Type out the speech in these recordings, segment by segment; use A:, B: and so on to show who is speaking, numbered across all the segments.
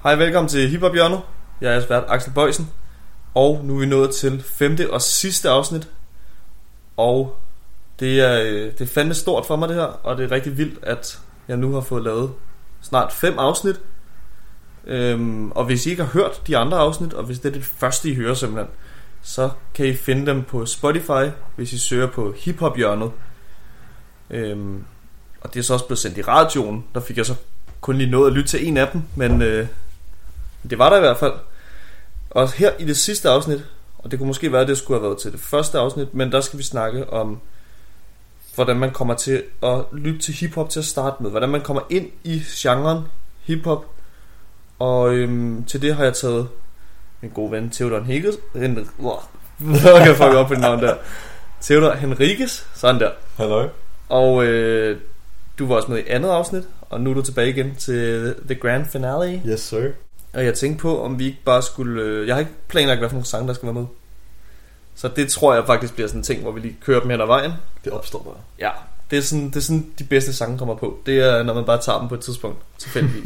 A: Hej, velkommen til Hiphop Hjørnet. Jeg er ekspert Axel Bøjsen. Og nu er vi nået til 5. og sidste afsnit. Og det er fandme stort for mig det her. Og det er rigtig vildt, at jeg nu har fået lavet snart 5 afsnit. Og hvis I ikke har hørt de andre afsnit, og hvis det er det første I hører simpelthen, så kan I finde dem på Spotify, hvis I søger på Hiphop Hjørnet. Og det er så også blevet sendt i radioen. Der fik jeg så kun lige nået at lytte til en af dem, men det var der i hvert fald. Og her i det sidste afsnit, og det kunne måske være, at det skulle have været til det første afsnit, men der skal vi snakke om, hvordan man kommer til at lytte til hiphop til at starte med. Hvordan man kommer ind i genren hiphop. Og til det har jeg taget min gode ven Theodor Henriques. Jeg kan fuck op på det navn der. Theodor Henriques, sådan der.
B: Hallo.
A: Og du var også med i andet afsnit, og nu er du tilbage igen til The Grand Finale.
B: Yes sir.
A: Og jeg tænkte på, om vi ikke bare skulle... jeg har ikke planlagt, hvad for nogle sange, der skal være med. Så det tror jeg faktisk bliver sådan en ting, hvor vi lige kører dem hen ad vejen.
B: Det opstår bare.
A: Ja, det er sådan de bedste sange kommer på. Det er, når man bare tager dem på et tidspunkt, tilfældigvis.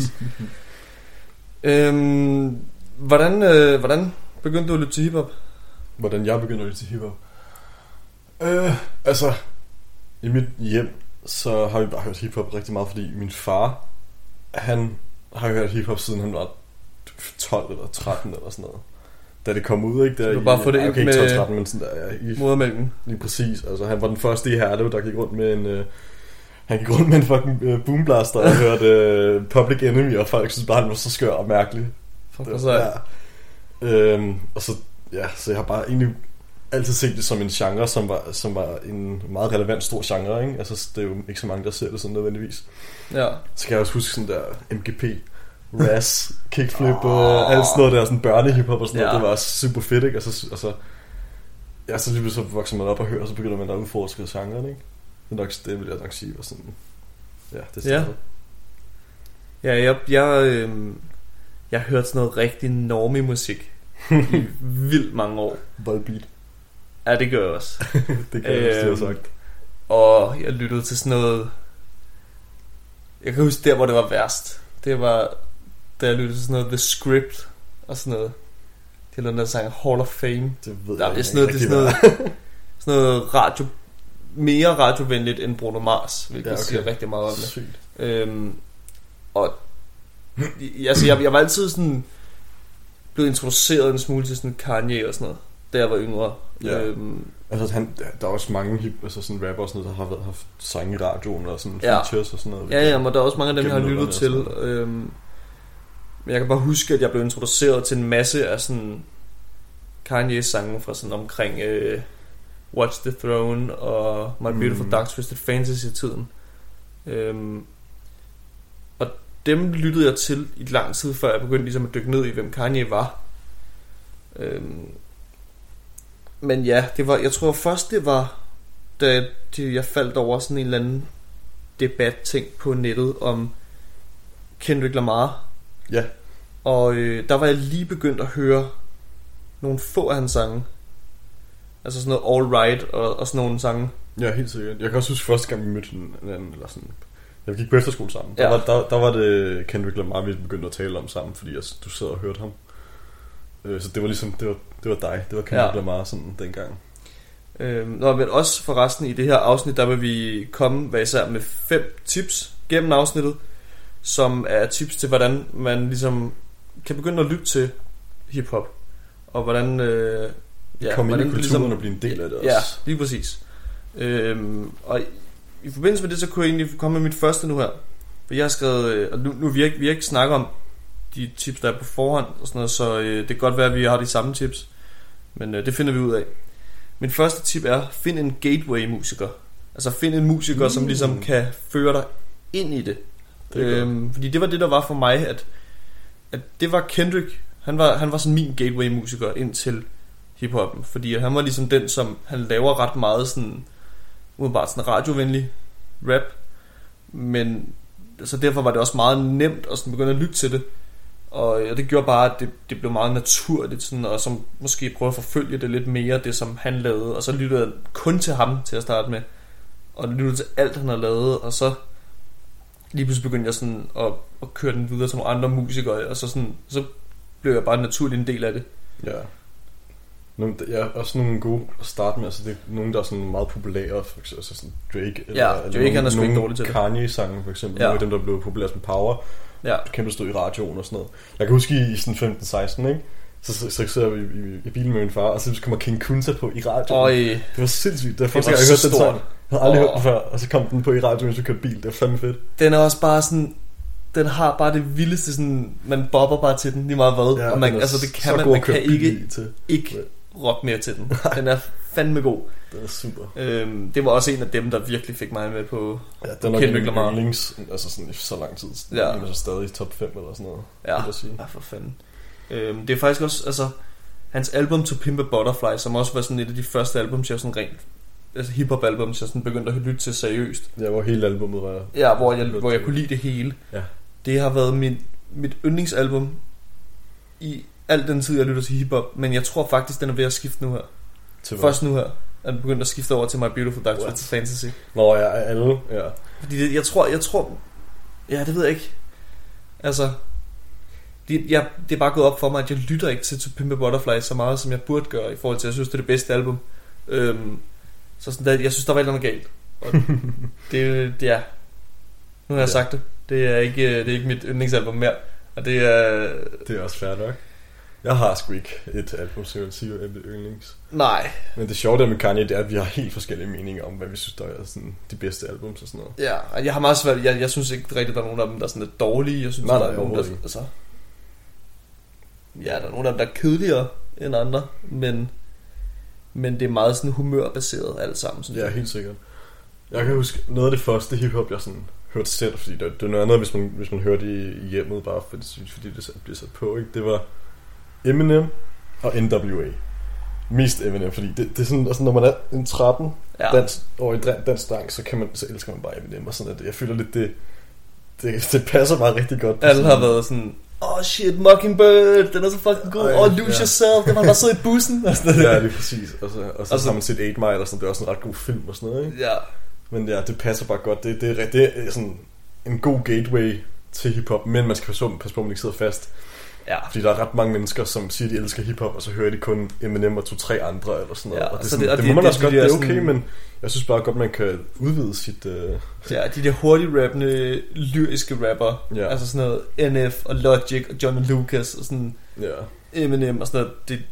A: Hvordan begyndte du at lytte til hiphop?
B: Hvordan jeg begyndte at lytte til hiphop? Altså, i mit hjem, så har vi bare hørt hiphop rigtig meget, fordi min far, han har hørt hiphop siden han var 12 eller 13 eller sådan noget. Da det kom ud, ikke? Der
A: du bare få det ind med
B: 12-13, men sådan der, i
A: modermælken.
B: Lige præcis, altså han var den første i Herlev, der gik rundt med en... han gik rundt med en fucking boomblaster og hørte Public Enemy, og folk synes bare, han var så skør og mærkelig.
A: Fuck for sig.
B: Ja. Og så, ja, så jeg har bare egentlig altid set det som en genre, som var en meget relevant stor genre, ikke? Altså det er jo ikke så mange, der ser det sådan nødvendigvis.
A: Ja. Så
B: kan jeg også huske sådan der MGP, Raz, Kickflip og alt sådan noget der, sådan børnehiphop og sådan noget, det var også super fedt, ikke? Og så lige så vokser man op og hører, og så begynder man at udforske genren, ikke? Det vil jeg nok sige var sådan. Ja, det er sådan.
A: Ja, jeg har hørt sådan noget rigtig normie musik i vildt mange år.
B: Volbeat.
A: Ja, det gør jeg også.
B: Det kan jeg også, det har sagt.
A: Og jeg lyttede til sådan noget. Jeg kan huske der, hvor det var værst. Det var da jeg lyttede til sådan noget The Script og sådan noget. Det er den der sang Hall of Fame.
B: Det ved jeg
A: ikke. Det er sådan noget radio, mere radiovenligt end Bruno Mars, hvilket siger rigtig meget om det. Og altså jeg var altid sådan blevet introduceret en smule til sådan Kanye og sådan noget, da jeg var yngre.
B: Ja. Altså der er også mange altså sådan rapper og sådan noget, der har haft sange i radioen og sådan features og sådan noget.
A: Ja, men der er også mange af dem, jeg har lyttet til. Men jeg kan bare huske, at jeg blev introduceret til en masse af sådan Kanye sange fra sådan omkring Watch the Throne og My Beautiful Dark Twisted Fantasy tiden. Og dem lyttede jeg til i lang tid, før jeg begyndte ligesom at dykke ned i, hvem Kanye var. Men ja, jeg tror først det var, da jeg faldt over sådan en eller anden debat-ting på nettet om Kendrick Lamar.
B: Ja.
A: Og der var jeg lige begyndt at høre nogle få af hans sange. Altså sådan noget All Right og sådan nogle sange.
B: Ja, helt sikkert. Jeg kan også huske første gang vi mødte hinanden, eller sådan. Jeg gik på efterskole sammen. Der var det Kendrick Lamar, vi begyndte at tale om sammen, fordi du sad og hørte ham. Så det var ligesom, det var dig. Det var Kendrick Lamar sådan dengang.
A: Men også forresten i det her afsnit, der vil vi komme hver især med 5 tips gennem afsnittet, som er tips til, hvordan man ligesom kan begynde at lytte til hiphop. Og hvordan...
B: komme ind i kulturen ligesom, og blive en del af det også.
A: Ja, lige præcis. Og i forbindelse med det, så kunne jeg egentlig komme med mit første nu her. For jeg har skrevet, og nu vi har ikke snakket om de tips, der er på forhånd og sådan noget, så det kan godt være, at vi har de samme tips. Men det finder vi ud af. Min første tip er, find en gateway-musiker. Altså find en musiker, som ligesom kan føre dig ind i det. Fordi det var det, der var for mig, at det var Kendrick. Han var sådan min gateway-musiker ind til hiphoppen, fordi han var ligesom den, som han laver ret meget sådan umiddelbart sådan radiovenlig rap, men så derfor var det også meget nemt at sådan begynde at lytte til det, og det gjorde bare, at det blev meget naturligt sådan, og så måske prøve at forfølge det lidt mere, det som han lavede, og så lyttede jeg kun til ham til at starte med, og lyttede til alt han har lavet, og så lige pludselig begyndte jeg sådan at køre den videre til nogle andre musikere, og så blev jeg bare naturligt en del af det.
B: Ja, også nogle gode at starte med. Altså det er nogle, der er sådan meget populære, for eksempel altså sådan Drake.
A: Drake han er sgu ikke dårlig til det.
B: Kanye-sange for eksempel, nogle af dem, der blev populære som Power. Kæmpe stod i radioen og sådan noget. Jeg kan huske i sådan 15-16, ikke? Så sidder vi i bilen med min far, og så kommer King Kunta på i radioen. Det var sindssygt. Det var første gang, jeg hørte den sang. Jeg havde aldrig hørt den før, og så kom den på i radioen, så kørte bil. Det var fandme fedt.
A: Den er også bare sådan... Den har bare det vildeste sådan... Man bobber bare til den lige meget hvad.
B: Ja,
A: og man, altså det kan man kan ikke rock mere til den. Den er fandme god.
B: Den er super.
A: Det var også en af dem, der virkelig fik mig med på
B: den Kendrick Lamar. Yndlings, altså sådan i så lang tid. Den er så stadig i top 5 eller sådan noget.
A: Ja, for fanden. Det er faktisk også, altså hans album To Pimp a Butterfly, som også var sådan et af de første albums, jeg sådan rent, altså hiphop albums, jeg sådan begyndte at lytte til seriøst.
B: Ja, hvor hele albumet var.
A: Ja, hvor jeg kunne lide det hele.
B: Ja.
A: Det har været mit yndlingsalbum i al den tid, jeg lytter til hiphop, men jeg tror faktisk, den er ved at skifte nu her. Først nu her er den begyndt at skifte over til My Beautiful Dark Twisted Fantasy.
B: Nå ja, alle, ja.
A: Fordi jeg tror, ja, det ved jeg ikke. Altså, det er bare gået op for mig, at jeg lytter ikke til To Pimp a Butterfly så meget, som jeg burde gøre, i forhold til, at jeg synes, det er det bedste album. Så sådan, jeg synes, der var et eller andet galt. Og ja. Nu har jeg sagt det. Det er ikke mit yndlingsalbum mere. Og det er
B: også fair nok. Jeg har sgu ikke et album, som jeg vil sige er mit yndlings.
A: Nej.
B: Men det sjove der med Kanye, det er, at vi har helt forskellige meninger om, hvad vi synes, der er sådan de bedste albums og sådan noget.
A: Ja, og jeg har meget svært. Jeg synes ikke rigtigt, der er nogen af dem, der er sådan lidt dårlige. Jeg synes, der er nogen, der altså, ja, der er nogle af dem, der er kedeligere end andre, men det er meget sådan humørbaseret alt sammen. Sådan.
B: Ja, helt sikkert. Jeg kan huske noget af det første hiphop, jeg sådan hørte selv, fordi det er noget andet, hvis man hørte det i hjemmet, bare fordi det bliver sat på, ikke? Det var Eminem og NWA. Mest Eminem, fordi det er sådan, altså, når man er en 13 over i dansk dreng, så elsker man bare Eminem, og sådan at jeg føler lidt, det passer bare rigtig godt.
A: Alle har været sådan, shit, Mockingbird, den er så fucking god. Lose Yourself, det var bare siddet i bussen. Og sådan
B: ja, det er præcis. Og så har man set 8 Mile, og sådan, det er også en ret god film og sådan noget, ikke?
A: Ja.
B: Men ja, det passer bare godt. Det er sådan en god gateway til hiphop, men man skal passe på, at man ikke sidder fast.
A: Ja.
B: Fordi der er ret mange mennesker, som siger, de elsker hiphop, og så hører de kun Eminem og 2-3 andre eller sådan noget.
A: Ja,
B: og det, sådan, det må man også godt, det er okay, men jeg synes bare godt, man kan udvide sit...
A: Ja, de der hurtigt rappende, lyriske rapper, altså sådan noget NF og Logic og John Lucas og sådan Eminem og sådan noget, det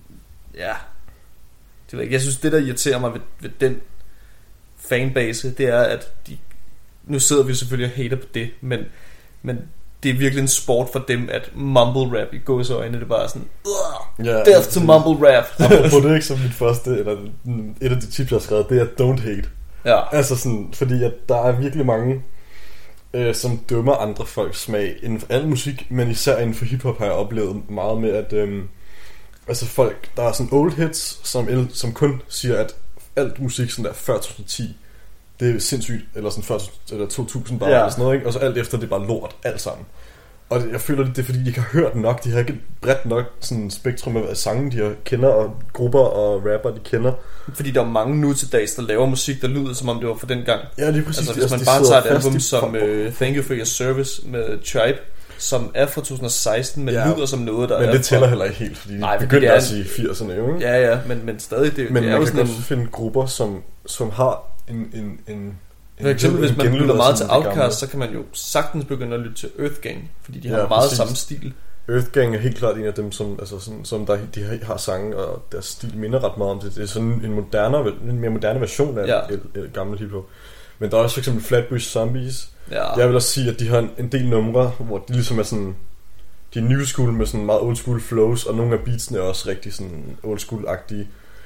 A: ved jeg synes, det der irriterer mig ved den fanbase, det er, at nu sidder vi selvfølgelig og hater på det, men det er virkelig en sport for dem, at mumble rap i gåseøjne, det er bare sådan, death to mumble rap.
B: Apropos det ikke som mit første, eller et af de tips, jeg har skrevet, det er don't hate.
A: Ja.
B: Altså sådan, fordi at der er virkelig mange, som dømmer andre folks smag inden for al musik, men især inden for hiphop har jeg oplevet meget med, at altså folk, der er sådan old hits, som kun siger, at alt musik sådan der før 2010, det er sindssygt, eller sådan før eller 2000 bare, eller sådan noget, ikke? Og så alt efter, det er bare lort, alt sammen. Og jeg føler, det er fordi, de ikke har hørt nok, de har ikke et bredt nok sådan spektrum af sange, de kender, og grupper og rapper, de kender.
A: Fordi der er mange nu til dags, der laver musik, der lyder, som om det var for den gang.
B: Ja, det er præcis.
A: Altså, hvis man bare tager et album som Thank You For Your Service med Tribe, som er fra 2016, men lyder som noget, der
B: men
A: er...
B: Men det tæller heller ikke helt, fordi de begyndte at sige 80'erne, jo, ikke?
A: Ja, men stadig, det
B: men
A: er
B: man
A: jo
B: kan
A: sådan
B: godt finde grupper, som har en
A: for eksempel, hvis man lytter meget til Outkast, så kan man jo sagtens begynde at lytte til Earth Gang, fordi de har meget samme stil.
B: Earth Gang er helt klart en af dem, som, altså sådan, som de har sange, og deres stil minder ret meget om det. Det er sådan en mere moderne version af et gammelt hiphop. Men der er også for eksempel Flatbush Zombies. Ja. Jeg vil også sige, at de har en del numre, hvor de ligesom er sådan... De er new school med sådan meget old school flows, og nogle af beatsene er også rigtig sådan old school-agtige.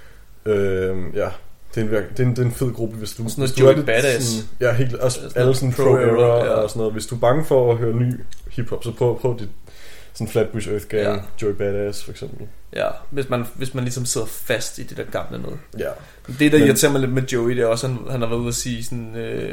B: Det er en fed gruppe, hvis du...
A: Sådan noget Joey Badass.
B: Sådan, ja, helt... Også alle sådan pro-era og sådan noget. Hvis du er bange for at høre ny hiphop, så prøv det. Sådan Flatbush, Earth Gang, Joey Badass for eksempel.
A: Ja, hvis man ligesom sidder fast i det der gamle noget.
B: Ja.
A: Det der irriterer mig lidt med Joey, det er også, han har været ude at sige sådan...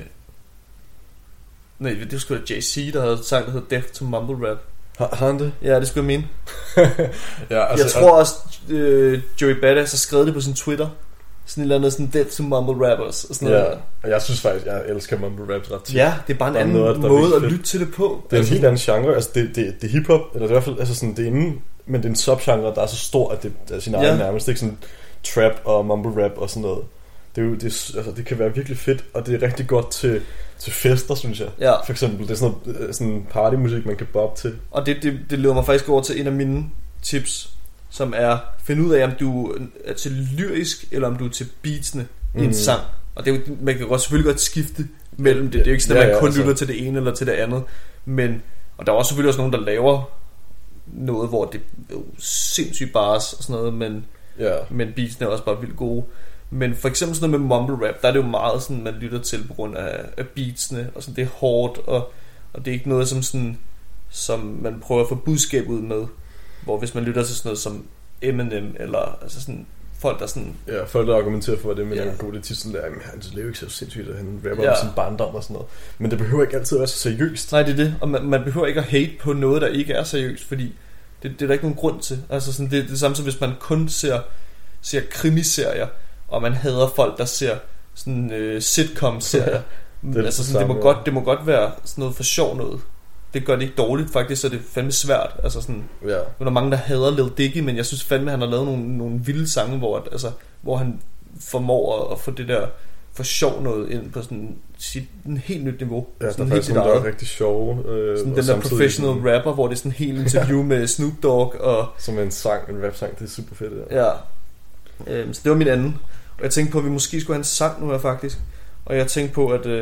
A: Nej, det var sgu da Jay-Z, der havde sagt, der hedder Death to Mumble Rap.
B: Har han det?
A: Ja, det skulle jeg mene.
B: Ja, altså,
A: jeg tror også, Joey Badass har skrevet det på sin Twitter. sådan et eller andet sådan death to mumble rappers og sådan noget.
B: Ja, og jeg synes faktisk, jeg elsker mumble raps ret tit.
A: Ja, det er bare en anden måde at lytte til det på.
B: Det er en helt anden genre, altså det er hiphop, eller det er i hvert fald, altså sådan, det er inden, men det er en subgenre, der er så stor, at det er sin egen nærmest, ikke sådan trap og mumble rap og sådan noget. Det er jo, altså det kan være virkelig fedt, og det er rigtig godt til fester, synes jeg. Ja. For eksempel, det er sådan partymusik, man kan bobbe til. Og
A: det leder mig faktisk over til en af mine tips, som er finde ud af, om du er til lyrisk, eller om du er til beatsene i en sang. Og det er jo, man kan godt selvfølgelig godt skifte mellem det. Det er jo ikke sådan, at man kun lytter til det ene eller til det andet. Men, og der er også selvfølgelig også nogen, der laver noget, hvor det er jo sindssygt bars og sådan noget, men beatsene er også bare vildt gode. Men for eksempel sådan noget med mumble rap, der er det jo meget sådan, man lytter til på grund af beatsene, og sådan, det er hårdt, og det er ikke noget som man prøver at få budskab ud med. Hvor hvis man lytter til sådan noget som Eminem, eller altså sådan folk, der sådan...
B: Ja, folk, der argumenterer for, at det er en god titel, der hans lyrics er jo sindssygt, og han rapper om sin barndom og sådan noget. Men det behøver ikke altid at være så seriøst.
A: Nej, det er det, og man behøver ikke at hate på noget, der ikke er seriøst, fordi det er der ikke nogen grund til. Altså sådan, det er det samme som hvis man kun ser krimiserier, og man hader folk, der ser sådan sitcom-serier. Altså sådan, det må godt være sådan noget for sjov noget. Det gør det ikke dårligt faktisk, så det er fandme svært. Altså sådan, der er mange, der hader Lil Dicky, men jeg synes fandme, han har lavet nogle vilde sange, hvor han formår at få det der for sjov noget ind på sådan en helt nyt niveau.
B: Ja, sådan der er faktisk nogle, der er rigtig sjove.
A: Sådan den der professional rapper, hvor det er sådan en helt interview med Snoop Dogg. Og
B: som en rap-sang, det er super fedt.
A: Ja. Så det var min anden. Og jeg tænkte på, at vi måske skulle have en sang nu her faktisk. Og jeg tænkte på, at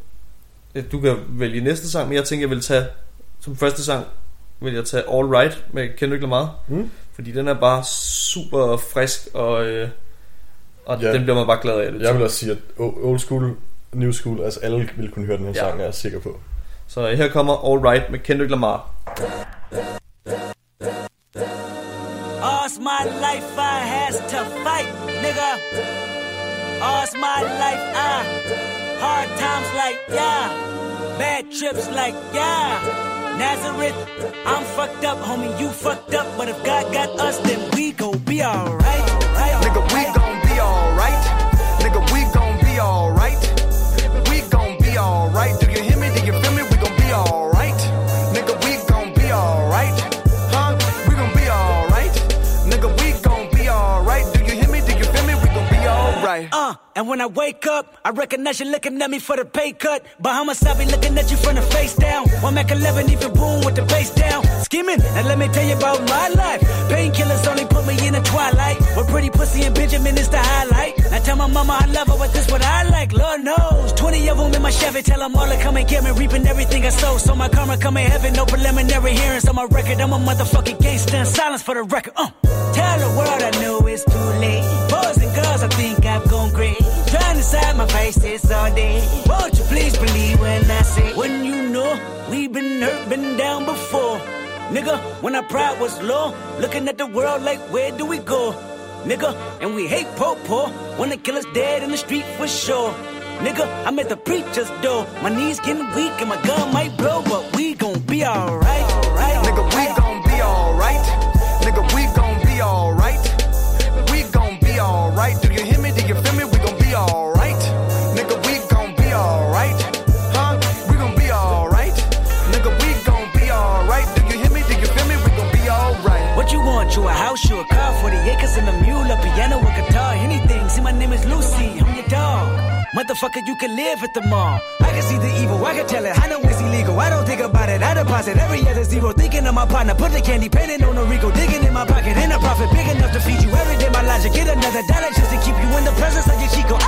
A: du kan vælge næste sang, men jeg tænkte, jeg vil tage som første sang, vil jeg tage All Right med Kendrick Lamar. Fordi den er bare super frisk, og den bliver man bare glad af.
B: Jeg vil også sige, at old school, new school, altså alle vil kunne høre den her sang, er jeg sikker på.
A: Så her kommer All Right med Kendrick Lamar.
C: All's my life I has to fight, nigga. All's my life hard times like, bad trips like, Nazareth, I'm fucked up, homie, you fucked up. But if God got us, then we gon' be alright.
D: Nigga, we gon' be alright. Nigga, we gon' be alright. We gon' be alright. Do you hear me? Do you feel me? We gon' be alright. Nigga, we gon' be alright. Huh? We gon' be alright. Nigga, we gon' be alright. Do you hear me? Do you feel me? We gon' be alright.
C: And when I wake up, I recognize you looking at me for the pay cut. Bahamas, I be looking at you from the face down. One Mac 11, even boom with the bass down. Skimming, and let me tell you about my life. Painkillers only put me in the twilight. With pretty pussy and Benjamin is the highlight. I tell my mama I love her, but this what I like, Lord knows. 20 of them in my Chevy, tell them all to come and get me. Reaping everything I sow, so my karma come in heaven. No preliminary hearings on my record. I'm a motherfucking gangster, silence for the record. Tell the world I know it's too late. Boys and girls, I think I've gone great. Trying to side my faces all day. Won't you please believe when I say, when you know we've been hurt, been down before. Nigga, when our pride was low, looking at the world like, where do we go? Nigga, and we hate po-po, when the killer's dead in the street for sure. Nigga, I'm at the preacher's door. My knees getting weak and my gun might blow, but we gon' be alright.
D: Nigga, we gon' be alright. Nigga, we gon' be alright. We gon' be alright. Do you hear me? Do you feel me? We gon' be alright. Nigga, we gon' be alright. Huh? We gon' be alright. Nigga, we gon' be alright. Do you hear me? Do you feel me? We gon' be alright.
C: What you want? You a house, you a car, 40 acres and a mule, a piano, a guitar, anything. See, my name is Lucy, I'm your dog. Motherfucker, you can live at the mall. I can see the evil, I can tell it. I know it's illegal, I don't think about it. I deposit every other zero, thinking of my partner. Put the candy, painting on a Rico, digging in my pocket. In a profit, big enough to feed you every day. My logic, get another dollar just to keep you in the presence of your Chico.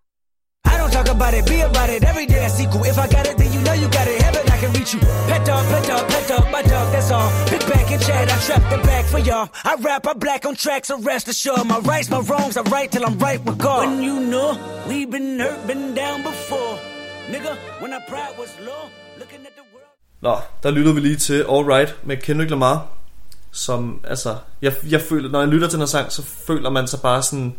C: I don't talk about it, be about it. Every day I see cool. If I got it, then you know you got it. Heaven, I can reach you. Pet dog, my dog, that's all. Pick back and chat, I trap the back for y'all. I rap, I black on tracks, so rest assured. My rights, my wrongs, I right till I'm right with God. When you know we've been hurt, been down before. Nigga, when our pride was low, looking at the world.
A: Nå, der lyttede vi lige til All Right med Kendrick Lamar. Som, altså, jeg føler, når jeg lytter til den her sang, så føler man sig bare sådan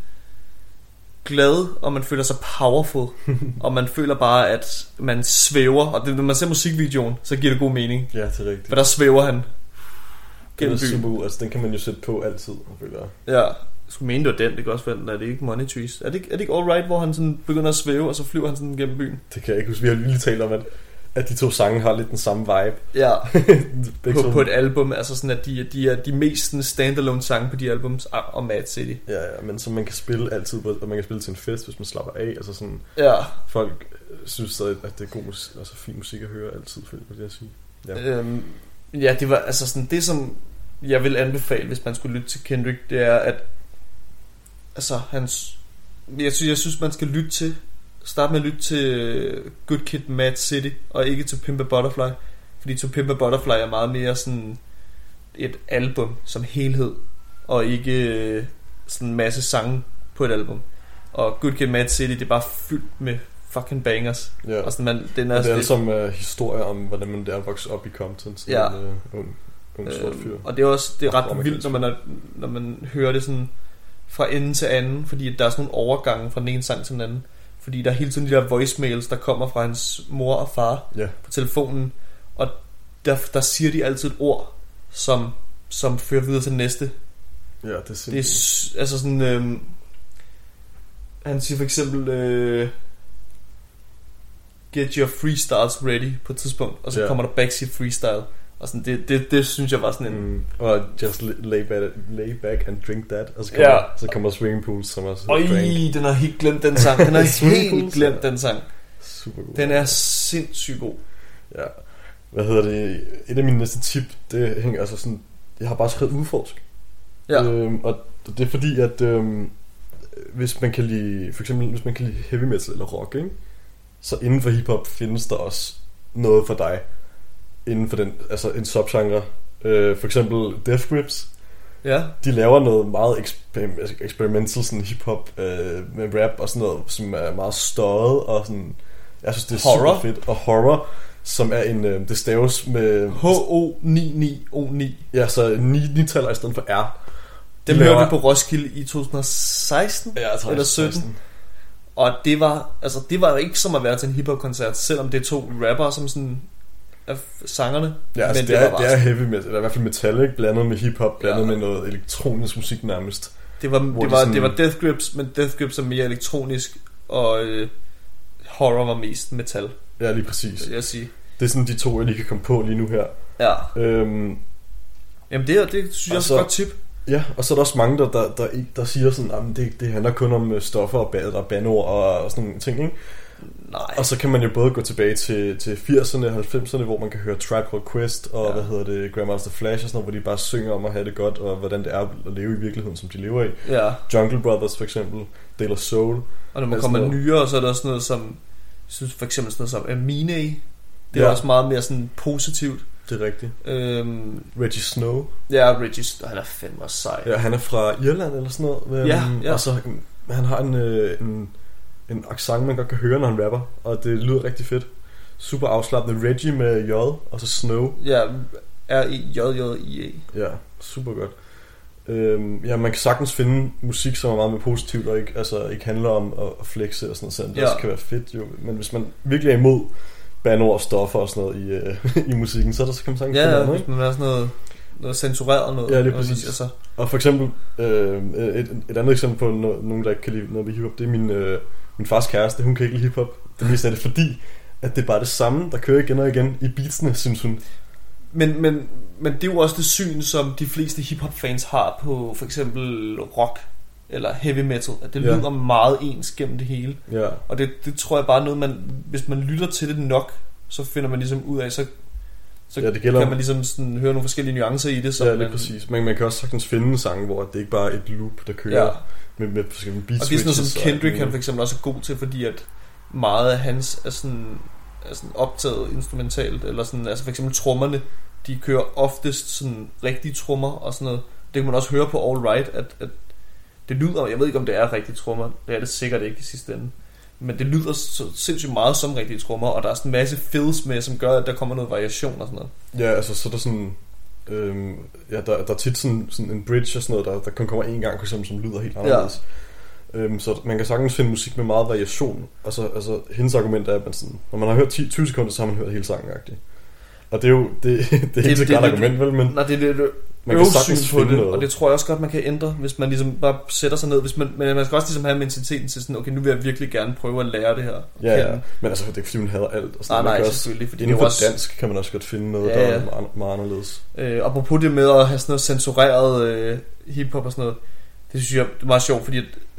A: glad, og man føler sig powerful. Og man føler bare, at man svæver. Og det, når man ser musikvideoen, så giver det god mening.
B: Ja, det er rigtigt.
A: For der svæver han gennem byen.
B: Super, altså den kan man jo sætte på altid, føler jeg.
A: Ja, skulle mene, det var den. Det kan også være, er det ikke Money Trees? Er det ikke All Right, hvor han sådan begynder at svæve, og så flyver han sådan gennem byen?
B: Det kan jeg ikke huske. Vi har lige talt om, at de to sange har lidt den samme vibe.
A: Ja, på et album. Altså sådan, at de er de mest standalone sange på de albums og Mad City.
B: Ja, men som man kan spille altid, og man kan spille til en fest, hvis man slapper af. Altså sådan, folk synes stadig, at det er god musik, altså fin musik at høre altid, vil jeg sige. Ja.
A: Det var altså sådan, det som jeg vil anbefale, hvis man skulle lytte til Kendrick, det er, at altså jeg synes man skal starte med at lytte til Good Kid, Mad City, og ikke til Pimp a Butterfly, fordi To Pimp a Butterfly er meget mere sådan et album som helhed, og ikke sådan en masse sange på et album. Og Good Kid, Mad City, det er bare fyldt med fucking bangers.
B: Ja.
A: Og sådan,
B: det er alle sammen historier om, hvordan man der vokser op i Compton.
A: Ja.
B: Ung sort fyr.
A: Og det er også ret vildt, når man hører det sådan fra ende til anden, fordi der er sådan nogle overgange fra den ene sang til den anden. Fordi der er hele tiden de der voicemails, der kommer fra hans mor og far på telefonen, og der siger de altid et ord, som fører videre til næste.
B: Ja, det er
A: simpelthen. Altså sådan, han siger for eksempel, get your freestyles ready på et tidspunkt, og så kommer der backseat freestyle. Og sådan, det synes jeg var sådan en...
B: Og just lay back and drink that. Og så kommer Swimming Pool, som også...
A: Den har helt glemt den sang. Den har helt glemt den sang.
B: Super god.
A: Den er sindssygt god.
B: Ja. Hvad hedder det? Et af mine næste tip, det hænger altså sådan... Jeg har bare skrevet udforsk.
A: Ja.
B: Og det er fordi, at hvis man kan lide... For eksempel, hvis man kan lide heavy metal eller rock, ikke? Så inden for hiphop findes der også noget for dig. Inden for den, altså en subgenre. For eksempel Death Grips.
A: Ja.
B: De laver noget meget experimental sådan hip-hop med rap og sådan noget, som er meget støjet og sådan, jeg synes det er
A: horror.
B: Super fedt. Og horror, som er en, det staves med
A: H-O-9-9-O-9.
B: Ja, så 9-taller i stedet for R.
A: Det hørte vi på Roskilde i 2016 eller 17. Og det var jo ikke som at være til en hiphop-koncert, selvom det tog rapper som sådan af sangerne.
B: Ja, altså men det er heavy metal, eller i hvert fald metal, ikke? Blandet med hiphop, blandet med noget elektronisk musik nærmest.
A: Det var Death Grips, men Death Grips er mere elektronisk, og horror var mest metal.
B: Ja, lige præcis.
A: Jeg sige.
B: Det er sådan de to, jeg lige kan komme på lige nu her.
A: Ja. Jamen det synes jeg er et godt tip.
B: Ja, og så er der også mange, der siger sådan, at det handler kun om stoffer og bad og bandord og sådan nogle ting, ikke?
A: Nej.
B: Og så kan man jo både gå tilbage til 80'erne og 90'erne, hvor man kan høre Tribe Called Quest og Grandmaster Flash og sådan noget, hvor de bare synger om at have det godt, og hvordan det er at leve i virkeligheden, som de lever i.
A: Ja.
B: Jungle Brothers for eksempel, De La Soul.
A: Og når man kommer nyere, så er der også noget som, jeg synes for eksempel sådan noget som Amine. Det er også meget mere sådan positivt.
B: Det er rigtigt. Reggie Snow.
A: Ja, Reggie Snow, han er fandme sej.
B: Ja, han er fra Irland eller sådan noget.
A: Ja.
B: Og så han har en accent, man godt kan høre, når han rapper, og det lyder rigtig fedt. Super afslappende. Reggie med J, og så Snow.
A: Ja, R-I-J-J-I-E.
B: Ja, super godt. Ja, man kan sagtens finde musik, som er meget mere positivt, og ikke handler om at flexe og sådan noget, så det også kan være fedt jo. Men hvis man virkelig er imod bandord og stoffer og sådan noget i musikken, så kan man sagtens finde noget,
A: hvis man er sådan noget censureret noget.
B: Ja, det er præcis. Altså. Og for eksempel, et andet eksempel på nogen, der ikke kan lide noget ved hiphop, det er min fars kæreste. Hun kan ikke lide hiphop. Det mest er det fordi, at det er bare det samme, der kører igen og igen i beatsene, synes hun.
A: Men det er jo også det syn, som de fleste hiphop-fans har på for eksempel rock eller heavy metal, at det lyder meget ens gennem det hele.
B: Ja.
A: Og det tror jeg bare er noget, hvis man lytter til det nok, så finder man ligesom ud af, så kan man ligesom sådan høre nogle forskellige nuancer i det.
B: Ja, det er præcis. Men man kan også sagtens finde en sang, hvor det ikke bare er et loop, der kører med forskellige beat switches.
A: Og det er sådan noget, som Kendrick han for eksempel også er god til, fordi at meget af hans er sådan optaget instrumentalt, eller sådan, altså for eksempel trommerne, de kører oftest sådan rigtige trommer og sådan noget. Det kan man også høre på All Right, at det lyder, jeg ved ikke om det er rigtige trommer, det er det sikkert ikke i sidste ende, men det lyder så sindssygt meget som rigtige trommer, og der er sådan en masse fills med, som gør, at der kommer noget variation og sådan noget.
B: Ja, altså så er der sådan der er tit sådan en bridge og sådan noget, der kun kommer en gang, for eksempel, som lyder helt anderledes. Så man kan sagtens finde musik med meget variation. Altså hendes argument er, at man sådan, når man har hørt 20 sekunder, så har man hørt hele sangen-agtigt. Og det er jo det er ikke så godt argument, vel? Men
A: nej, det er det
B: man kan sagtens
A: på det,
B: noget.
A: og det tror jeg også godt, man kan ændre, hvis man ligesom bare sætter sig ned. Men man skal også ligesom have mentaliteten til sådan, okay, nu vil jeg virkelig gerne prøve at lære det her.
B: Ja, men altså, det er ikke fordi, man hader alt. Og
A: nej,
B: også,
A: selvfølgelig. Fordi
B: inden for
A: også
B: dansk kan man også godt finde noget, der er meget anderledes.
A: Apropos det med at have sådan noget censureret hiphop og sådan noget, det synes jeg er meget sjovt, fordi,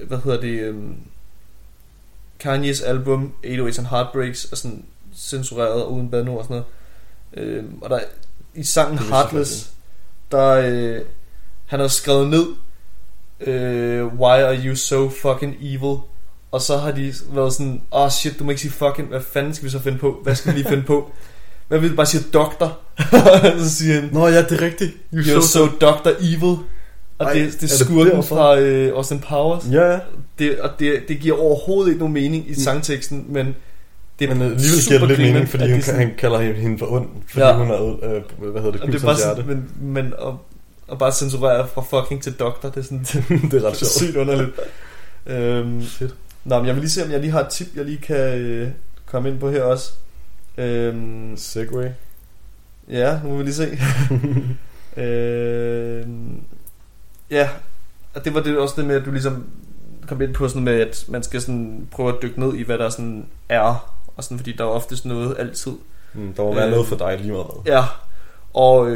A: Kanye's album 808s and Heartbreaks er sådan censureret og uden bandord og sådan noget. Og der i sangen Heartless, der han har skrevet ned why are you so fucking evil, og så har de været sådan, shit, du må ikke sige fucking, hvad fanden skal vi så finde på, hvad skal vi lige finde på, hvad vil du bare sige doktor? Så siger han,
B: nå ja, det er rigtigt,
A: you're so Dr. Evil. Og det er skurken fra Austin Powers.
B: Ja.
A: Det giver overhovedet ikke nogen mening i sangteksten, men det er
B: alligevel giver det lidt mening, fordi han kalder hende for ond, fordi hun er Knudsens hjerte.
A: Men at bare censurere fra fucking til doktor, det er sådan
B: det er ret sjovt.
A: Sygt underligt. Nå, men jeg vil lige se, om jeg lige har et tip, jeg lige kan komme ind på her også.
B: Segway.
A: Ja, nu må vi lige se. Ja, og det var det også det med, at du ligesom kom ind på sådan med, at man skal sådan prøve at dykke ned i, hvad der sådan er, og sådan, fordi der er oftest noget altid.
B: Der må være noget for dig lige meget.
A: Ja, og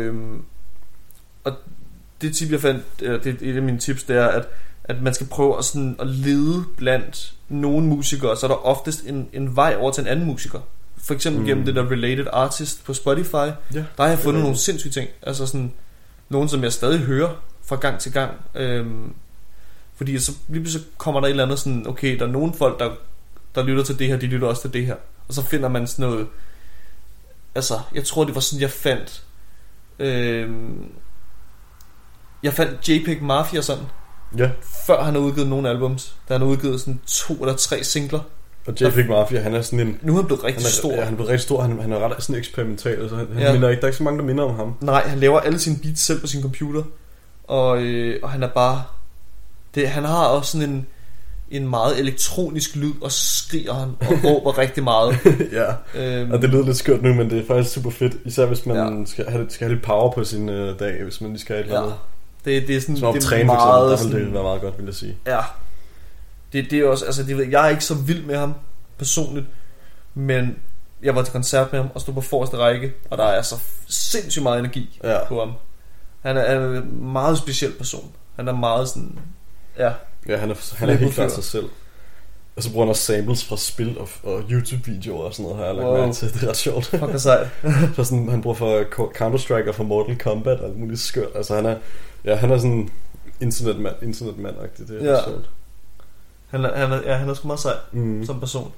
A: det tip jeg fandt, det er et af mine tips, det er, at man skal prøve at lede blandt nogle musikere, så er der oftest en vej over til en anden musiker. For eksempel gennem det der Related Artist på Spotify, der har jeg fundet nogle sindssyge ting, altså sådan nogle, som jeg stadig hører fra gang til gang, fordi så lige pludselig kommer der et eller andet sådan, okay, der er nogle folk, der lytter til det her, de lytter også til det her, og så finder man sådan noget, altså, jeg tror det var sådan, jeg fandt JPEG Mafia sådan, før han har udgivet nogle albums, da han har udgivet sådan 2 eller 3 singler.
B: Og JPEG Mafia, han er sådan en...
A: Nu er han blevet rigtig stor.
B: Ja, han er blevet rigtig stor. Han er ret sådan eksperimental. Altså, han minder ikke, der er ikke så mange, der minder om ham.
A: Nej, han laver alle sine beats selv på sin computer. Og han er bare... han har også sådan en meget elektronisk lyd, og skriger han og råber rigtig meget.
B: Ja, og det lyder lidt skørt nu, men det er faktisk super fedt. Især hvis man skal have lidt power på sin dag, hvis man lige skal have et eller andet.
A: Det er sådan...
B: Så det er meget... Der vil det være meget godt, vil jeg sige.
A: Ja. Det er også, altså jeg er ikke så vild med ham personligt, men jeg var til koncert med ham og stod på forreste række, og der er så sindssygt meget energi på ham. Han er en meget speciel person. Han er meget sådan,
B: han er helt klart sig selv. Og så bruger han også samples fra spil og YouTube-videoer og sådan noget, har jeg lagt mærke til. Det er ret sjovt.
A: Fuck, sejt.
B: Så sådan, han bruger for Counter-Strike og for Mortal Kombat og alt muligt skørt. Altså han er sådan internetmand-agtig. Det er ret sjovt.
A: Han er sgu meget sej som person.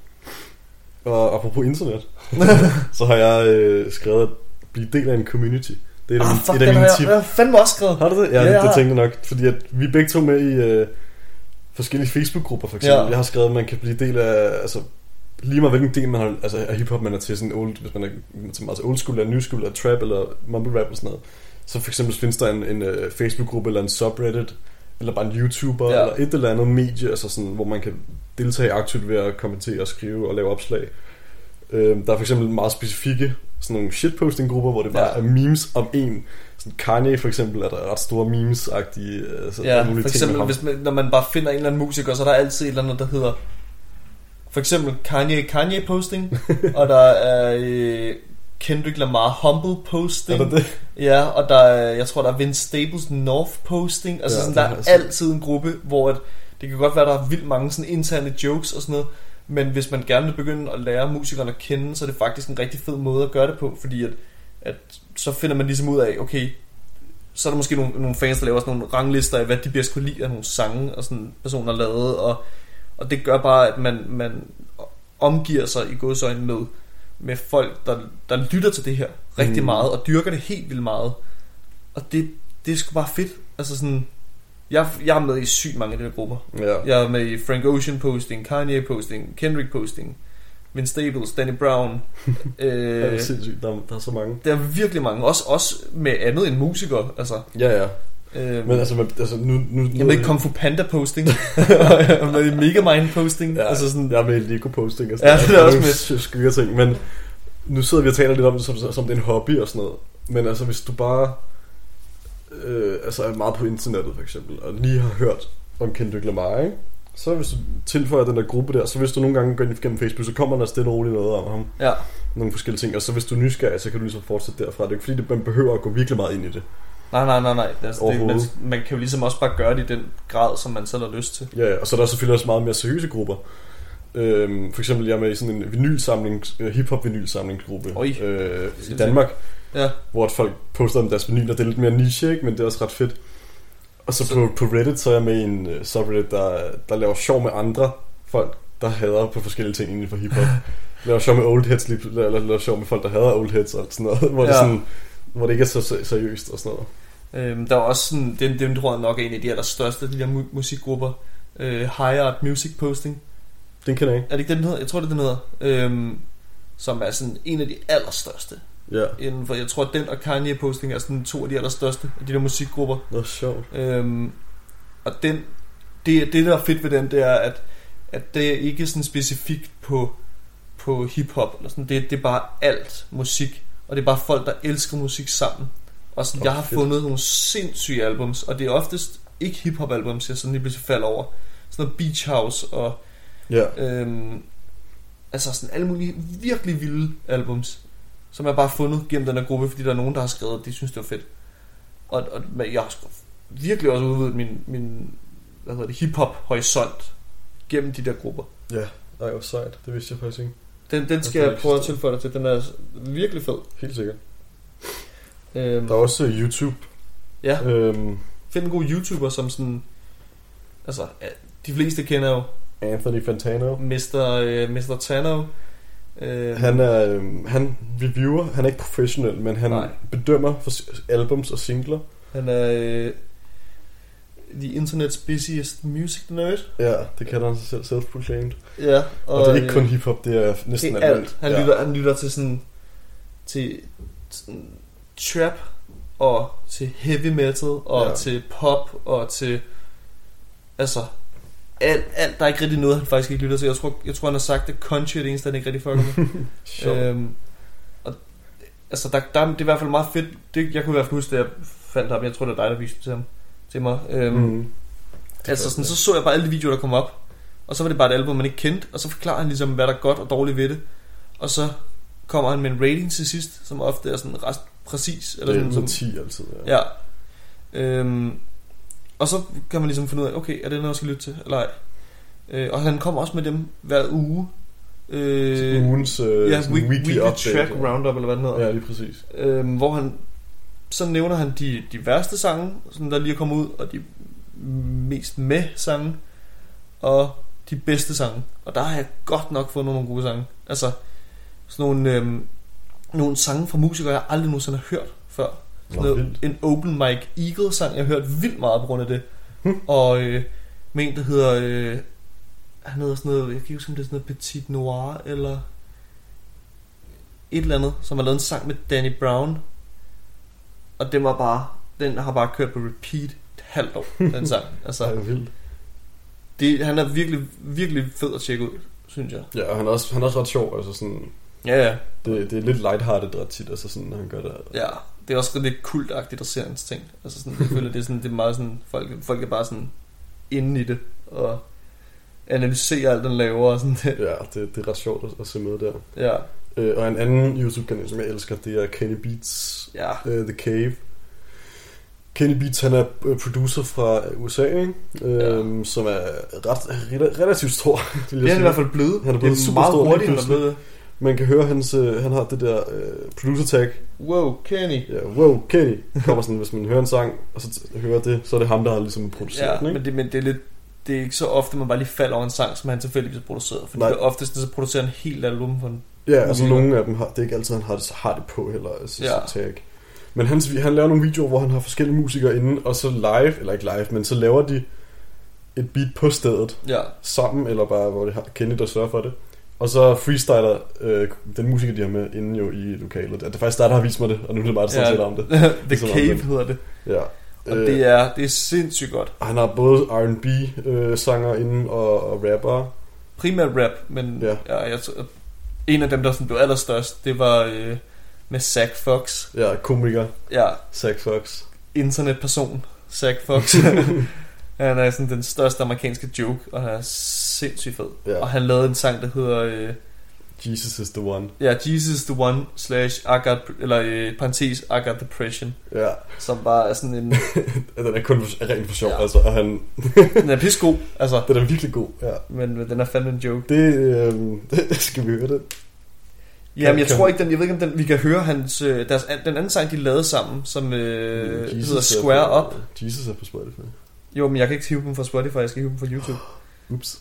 B: Og apropos internet, så har jeg skrevet at blive del af en community. Det er et af mine tip.
A: Jeg har fandme også skrevet.
B: Har du det? Ja, det tænkte jeg nok. Fordi at vi begge to med i forskellige Facebook-grupper for eksempel. Jeg har skrevet at man kan blive del af, altså lige meget hvilken del man har, altså af hiphop man er til, sådan old, hvis man er altså old school eller new school eller trap eller mumble rap og sådan noget. Så for eksempel findes der en Facebook-gruppe eller en subreddit, eller bare en YouTuber, eller et eller andet medie, altså sådan, hvor man kan deltage aktivt ved at kommentere og skrive og lave opslag. Der er for eksempel meget specifikke sådan nogle shitposting-grupper, hvor det bare er memes om en. Sådan Kanye for eksempel er der ret store memes-agtige.
A: For eksempel når man bare finder en eller anden musiker, så er der altid et eller andet, der hedder for eksempel Kanye posting, og der er Kendrick Lamar Humble posting.
B: Er det?
A: Ja, og der er, jeg tror der er Vince Staples North posting. Altså sådan, der er altid en gruppe, hvor det kan godt være der er vildt mange sådan interne jokes og sådan noget, men hvis man gerne vil begynde at lære musikerne at kende, så er det faktisk en rigtig fed måde at gøre det på, fordi at så finder man ligesom ud af, okay, så er der måske nogle fans, der laver sådan nogle ranglister af hvad de bedst kunne lide af nogle sange og sådan personer lavet, og det gør bare at man omgiver sig i gåseøjne med folk, der lytter til det her rigtig meget, og dyrker det helt vildt meget. Og det er sgu bare fedt. Altså sådan, jeg er med i sygt mange af de her grupper.
B: Ja.
A: Jeg er med i Frank Ocean posting, Kanye posting, Kendrick posting, Vince Staples, Danny Brown.
B: Det er sindssygt, der er så mange.
A: Der er virkelig mange, også med andet end musikere. Altså.
B: Ja. Men altså nu
A: jeg er med i Kung Fu Panda posting. Jeg er med i Megamind posting.
B: Ja,
A: altså sådan.
B: Jeg er med i Lego posting og
A: sådan. Ja, det er også med
B: skøre ting. Men nu sidder vi og taler lidt om det som det er en hobby og sådan noget. Men altså hvis du bare altså er meget på internettet for eksempel, og lige har hørt om Kendrick Lamar, ikke? Så hvis du tilføjer den der gruppe der, så hvis du nogle gange går ind gennem Facebook, så kommer der stille og roligt noget om ham.
A: Ja.
B: Nogle forskellige ting, og så hvis du er nysgerrig, så kan du ligesom fortsætte derfra. Det er ikke fordi, man behøver at gå virkelig meget ind i det.
A: Nej. Man kan jo ligesom også bare gøre det i den grad, som man selv har lyst til.
B: Ja, og så er der selvfølgelig også meget mere seriøse grupper. For eksempel jeg er med i sådan en vinylsamling, hip-hop vinylsamlingsgruppe i Danmark, hvor folk poster om deres vinyler. Det er lidt mere niche, ikke? Men det er også ret fedt. Og så på Reddit, så er jeg med i en subreddit, der laver sjov med andre folk, der hader på forskellige ting inden for hiphop. Laver sjov med old heads, eller laver sjov med folk, der hader old heads og sådan noget, hvor, det sådan, hvor det ikke er så seriøst og sådan noget. Der er også sådan, den tror jeg nok er en af de allerstørste, de der musikgrupper, High Art Music Posting. Den kender jeg ikke. Er det ikke den hedder? Jeg tror det den hedder. Som er sådan en af de allerstørste. Ja. Indenfor, jeg tror at den og Kanye Posting er sådan 2 af de allerstørste af de der musikgrupper. Det er sjovt. Og det der er fedt ved den, det er at det er ikke sådan specifikt på hiphop eller sådan. Det er bare alt musik, og det er bare folk der elsker musik sammen. Og sådan, jeg har fundet nogle sindssyge albums, og det er oftest ikke hiphop albums, jeg sådan lige pludselig falder over. Sådan noget Beach House og altså sådan alle mulige virkelig vilde albums, som jeg bare har fundet gennem den her gruppe, fordi der er nogen der har skrevet, at de synes det var fedt. Og jeg har virkelig også udvidet min hvad hedder det, hiphop horisont gennem de der grupper. Ja, det er jo sejt. Det vidste jeg faktisk ikke. Den skal jeg prøve at tilføje dig til. Den er virkelig fed. Helt sikkert. Der er også YouTube. Ja. Find en god YouTuber som sådan, altså de fleste kender jo Anthony Fantano, Mr. Tano. Han reviewer. Han er ikke professionel, men han bedømmer for albums og singler. Han er the internet's busiest music nerd. Ja, det kalder han sig selv, self-proclaimed. Ja, og det er ikke kun hiphop, det er næsten alt. Han lytter til sådan trap og til heavy metal og til pop og til altså alt, der er ikke rigtig noget han faktisk ikke lytter til. Jeg tror han har sagt at country er det eneste han ikke rigtig fucker med. Og altså det er i hvert fald meget fedt. Jeg kunne i hvert fald huske det jeg fandt ham. Jeg tror det er dig der viste det til mig. Altså sådan, så jeg bare alle de videoer der kom op, og så var det bare et album man ikke kendte, og så forklarer han ligesom hvad der er godt og dårligt ved det, og så kommer han med en rating til sidst, som ofte er sådan ret præcis, eller det er sådan 10 altid. Ja. Og så kan man ligesom finde ud af, okay, er det noget jeg skal lytte til eller ej. Og han kommer også med dem hver uge. Ugens weekly track roundup eller hvad den hedder. Ja, lige præcis. Hvor han så nævner han de værste sange, som der lige er kommet ud, og de mest med sange, og de bedste sange. Og der har jeg godt nok fået nogle gode sange. Altså sådan nogle sange fra musikere jeg aldrig nogensinde har hørt før. En Open Mike Eagle sang jeg har hørt vildt meget på grund af det. Og med en der hedder han hedder sådan noget, jeg kan ikke huske om det er sådan noget Petit Noir eller et eller andet, som har lavet en sang med Danny Brown. Og den har bare kørt på repeat et halvt år, den sang. Altså, det er vildt. Han er virkelig, virkelig fed at tjekke ud, synes jeg. Ja, og han er også ret sjov, altså sådan. Ja. Det er lidt lighthearted ret tit, altså sådan, når han gør det. Ja, det er også lidt kultagtigt at se hans ting. Altså sådan, jeg føler, det er meget sådan, folk er bare sådan inde i det, og analyserer alt den laver og sådan det. Ja, det er ret sjovt at se med der. Ja. Og en anden YouTube-kanal, som jeg elsker, det er Kenny Beats, The Cave. Kenny Beats, han er producer fra USA, ikke? Som er relativt stor. Det er i hvert fald blevet. Han er blevet super stor hurtigt. Man kan høre han har det der producer tag. Wow, Kenny. Ja, wow, Kenny. Kommer sådan, hvis man hører en sang, og så hører det, så er det ham, der har ligesom produceret den, ikke? Men det er lidt, det er ikke så ofte, man bare lige falder over en sang, som han tilfældigvis har produceret. Fordi det er oftest, så producerer han helt album for den. Ja, altså nogle af dem det er ikke altid, han har det på heller, altså tag. Men han laver nogle videoer, hvor han har forskellige musikere inde, og så live, eller ikke live, men så laver de et beat på stedet sammen, eller bare, hvor det har Kenny, der sørger for det. Og så freestyler den musiker, de har med inde jo i lokalet. Det er faktisk der har vist mig det, og nu er det bare, der står til om det. The Cave hedder det. Ja. Og det er sindssygt godt. Han har både R&B sanger inde og rapper. Primært rap, men
A: en af dem, der sådan blev allerstørst, det var med Zach Fox.
B: Ja, komiker.
A: Ja.
B: Zach Fox.
A: Internetperson. Zach Fox. Han er sådan den største amerikanske joke, og han er sindssygt fed.
B: Ja.
A: Og han lavede en sang, der hedder...
B: Jesus is the one.
A: Ja, Jesus is the one / I got... Eller parentes, I got depression.
B: Ja.
A: Som bare er sådan en...
B: Den er kun rent for sjov,
A: ja.
B: altså. Og han...
A: Den er pissegod, altså.
B: Den er virkelig god, ja.
A: Men den er fandme en joke.
B: Det skal vi høre det.
A: Jamen, jeg tror ikke, jeg ved ikke, om vi kan høre hans... den anden sang, de lavede sammen, som hedder Square Up.
B: Jesus er på Spotify.
A: Jo, men jeg kan ikke hive dem fra Spotify, jeg skal hive dem fra YouTube.
B: Ups.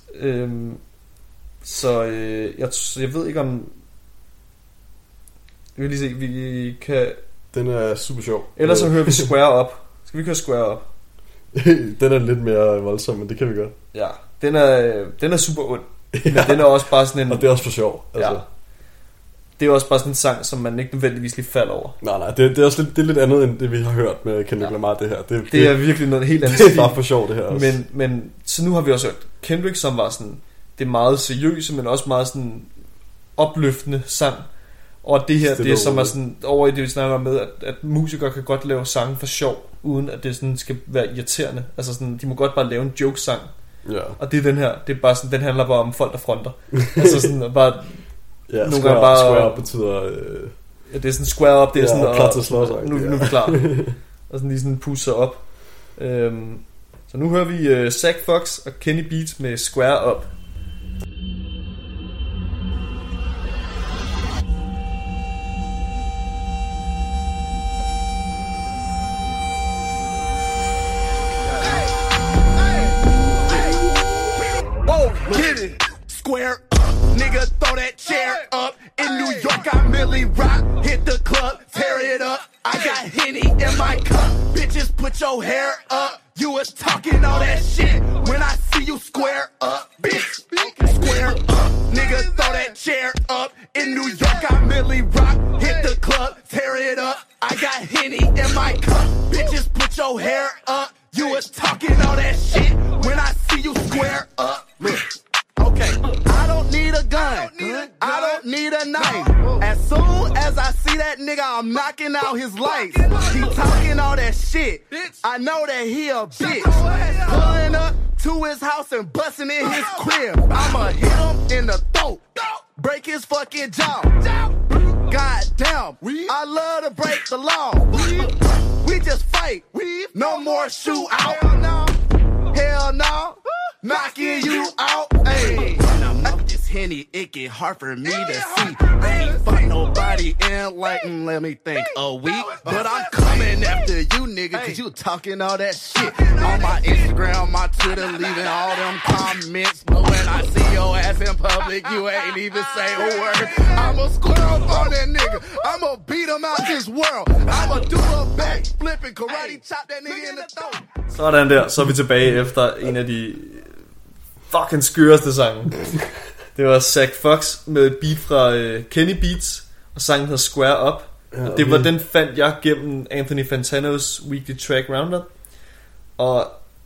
A: Så jeg ved ikke om... Jeg vil lige se, vi kan...
B: Den er super sjov.
A: Ellers så hører vi Square Up. Skal vi køre Square Up?
B: Den er lidt mere voldsom, men det kan vi godt.
A: Ja, den er super ond. Men den er også bare sådan en...
B: Og det er også for sjov. Altså.
A: Ja. Det er også bare sådan en sang, som man ikke nødvendigvis lige falder over.
B: Nej, det er også lidt andet end det vi har hørt med Kendrick Lamar, det her.
A: Det er virkelig noget helt andet.
B: Det er bare for sjov det her også.
A: Men så nu har vi også hørt Kendrick, som var sådan det meget seriøse, men også meget sådan opløftende sang. Og det her, det som er sådan over i det vi snakker om med, at musikere kan godt lave sange for sjov, uden at det sådan skal være irriterende. Altså sådan, de må godt bare lave en joke-sang.
B: Ja.
A: Og det er den her, det er bare sådan, den handler bare om folk der fronter. Altså sådan bare.
B: Ja, nogle gange bare square up betyder
A: ja, det er sådan square up, det er sådan
B: og klar til at slå sig.
A: Nu er vi klar. Og sådan lige sådan pusser op. Så nu hører vi Zach Fox og Kenny Beats med Square Up.
D: Get it, square up, nigga, throw that chair up. In New York, I merely rock, hit the club, tear it up. I got Henny in my cup, bitches, put your hair up. You was talking all that shit when I see you square up, bitch. Square up, nigga, throw that chair up. In New York, I merely rock, hit the club, tear it up. I got Henny in my cup, bitches, put your hair up. You was talking all that shit when I see you square up. Okay, I don't need a gun. I don't need a knife. As soon as I see that nigga, I'm knocking out his lights. He talking all that shit. I know that he a bitch. Pulling up to his house and busting in his crib. I'ma hit him in the throat. Break his fucking jaw. God damn, I love to break the law. We just fight. No more shootout. Hell no. Knocking you out, ayy. When I'm up this Henny, it get hard for me to see. I ain't fuck nobody in like, let me think, a week. But I'm coming after you, nigga, cause you talking all that shit. On my Instagram, my Twitter, leaving all them comments. But when I see your ass in public, you ain't even say a word. I'ma square up on that nigga. I'ma beat him out this world. I'ma do a backflip and karate chop that nigga in the throat.
A: Sådan der, så er vi tilbage efter en af de fucking skøreste sange. Det var Zach Fox med et beat fra Kenny Beats, og sangen hedder Square Up. Ja, okay. Det var den fandt jeg gennem Anthony Fantanos Weekly Track Roundup. Og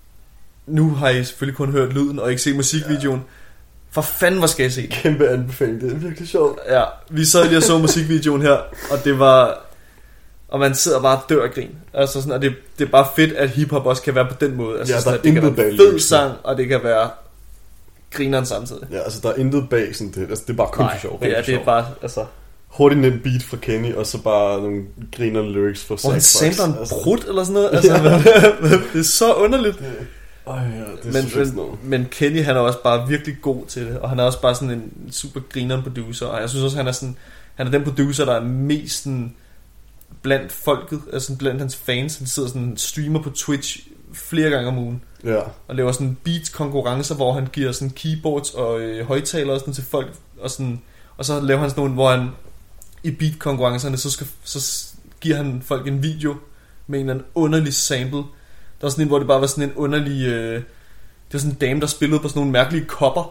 A: nu har I selvfølgelig kun hørt lyden og ikke set musikvideoen. For fanden, hvor skal jeg se den?
B: Kæmpe anbefaling, det er virkelig sjovt.
A: Ja, vi sad lige og så musikvideoen her, og det var... Og man sidder bare og dør af grin. Altså sådan, og det er bare fedt, at hiphop også kan være på den måde. Altså
B: ja,
A: sådan, at det kan være en fed sang, og det kan være grineren samtidig.
B: Ja, altså der er intet bag sådan det. Altså, det er bare kun for sjov.
A: Ja, det er bare, altså...
B: Hurtigt nemt beat fra Kenny, og så bare nogle grinerende lyrics fra Zach Fox.
A: Hvor han sampler en brud eller sådan noget. Altså, det er så underligt.
B: Ja, det er så
A: men Kenny, han er også bare virkelig god til det. Og han er også bare sådan en super grineren producer. Og jeg synes også, han er den producer, der er mest sådan... blandt folket, altså blandt hans fans. Han sidder sådan streamer på Twitch flere gange om ugen.
B: Ja. Og
A: laver sådan beats konkurrencer, hvor han giver sådan keyboards og højtalere sådan til folk og sådan, og så laver han sådan nogle, hvor han i beat konkurrencerne så giver han folk en video med en eller anden underlig sample. Der var sådan en, hvor det bare var sådan en underlig det var sådan en dame, der spillede på sådan nogle mærkelige kopper.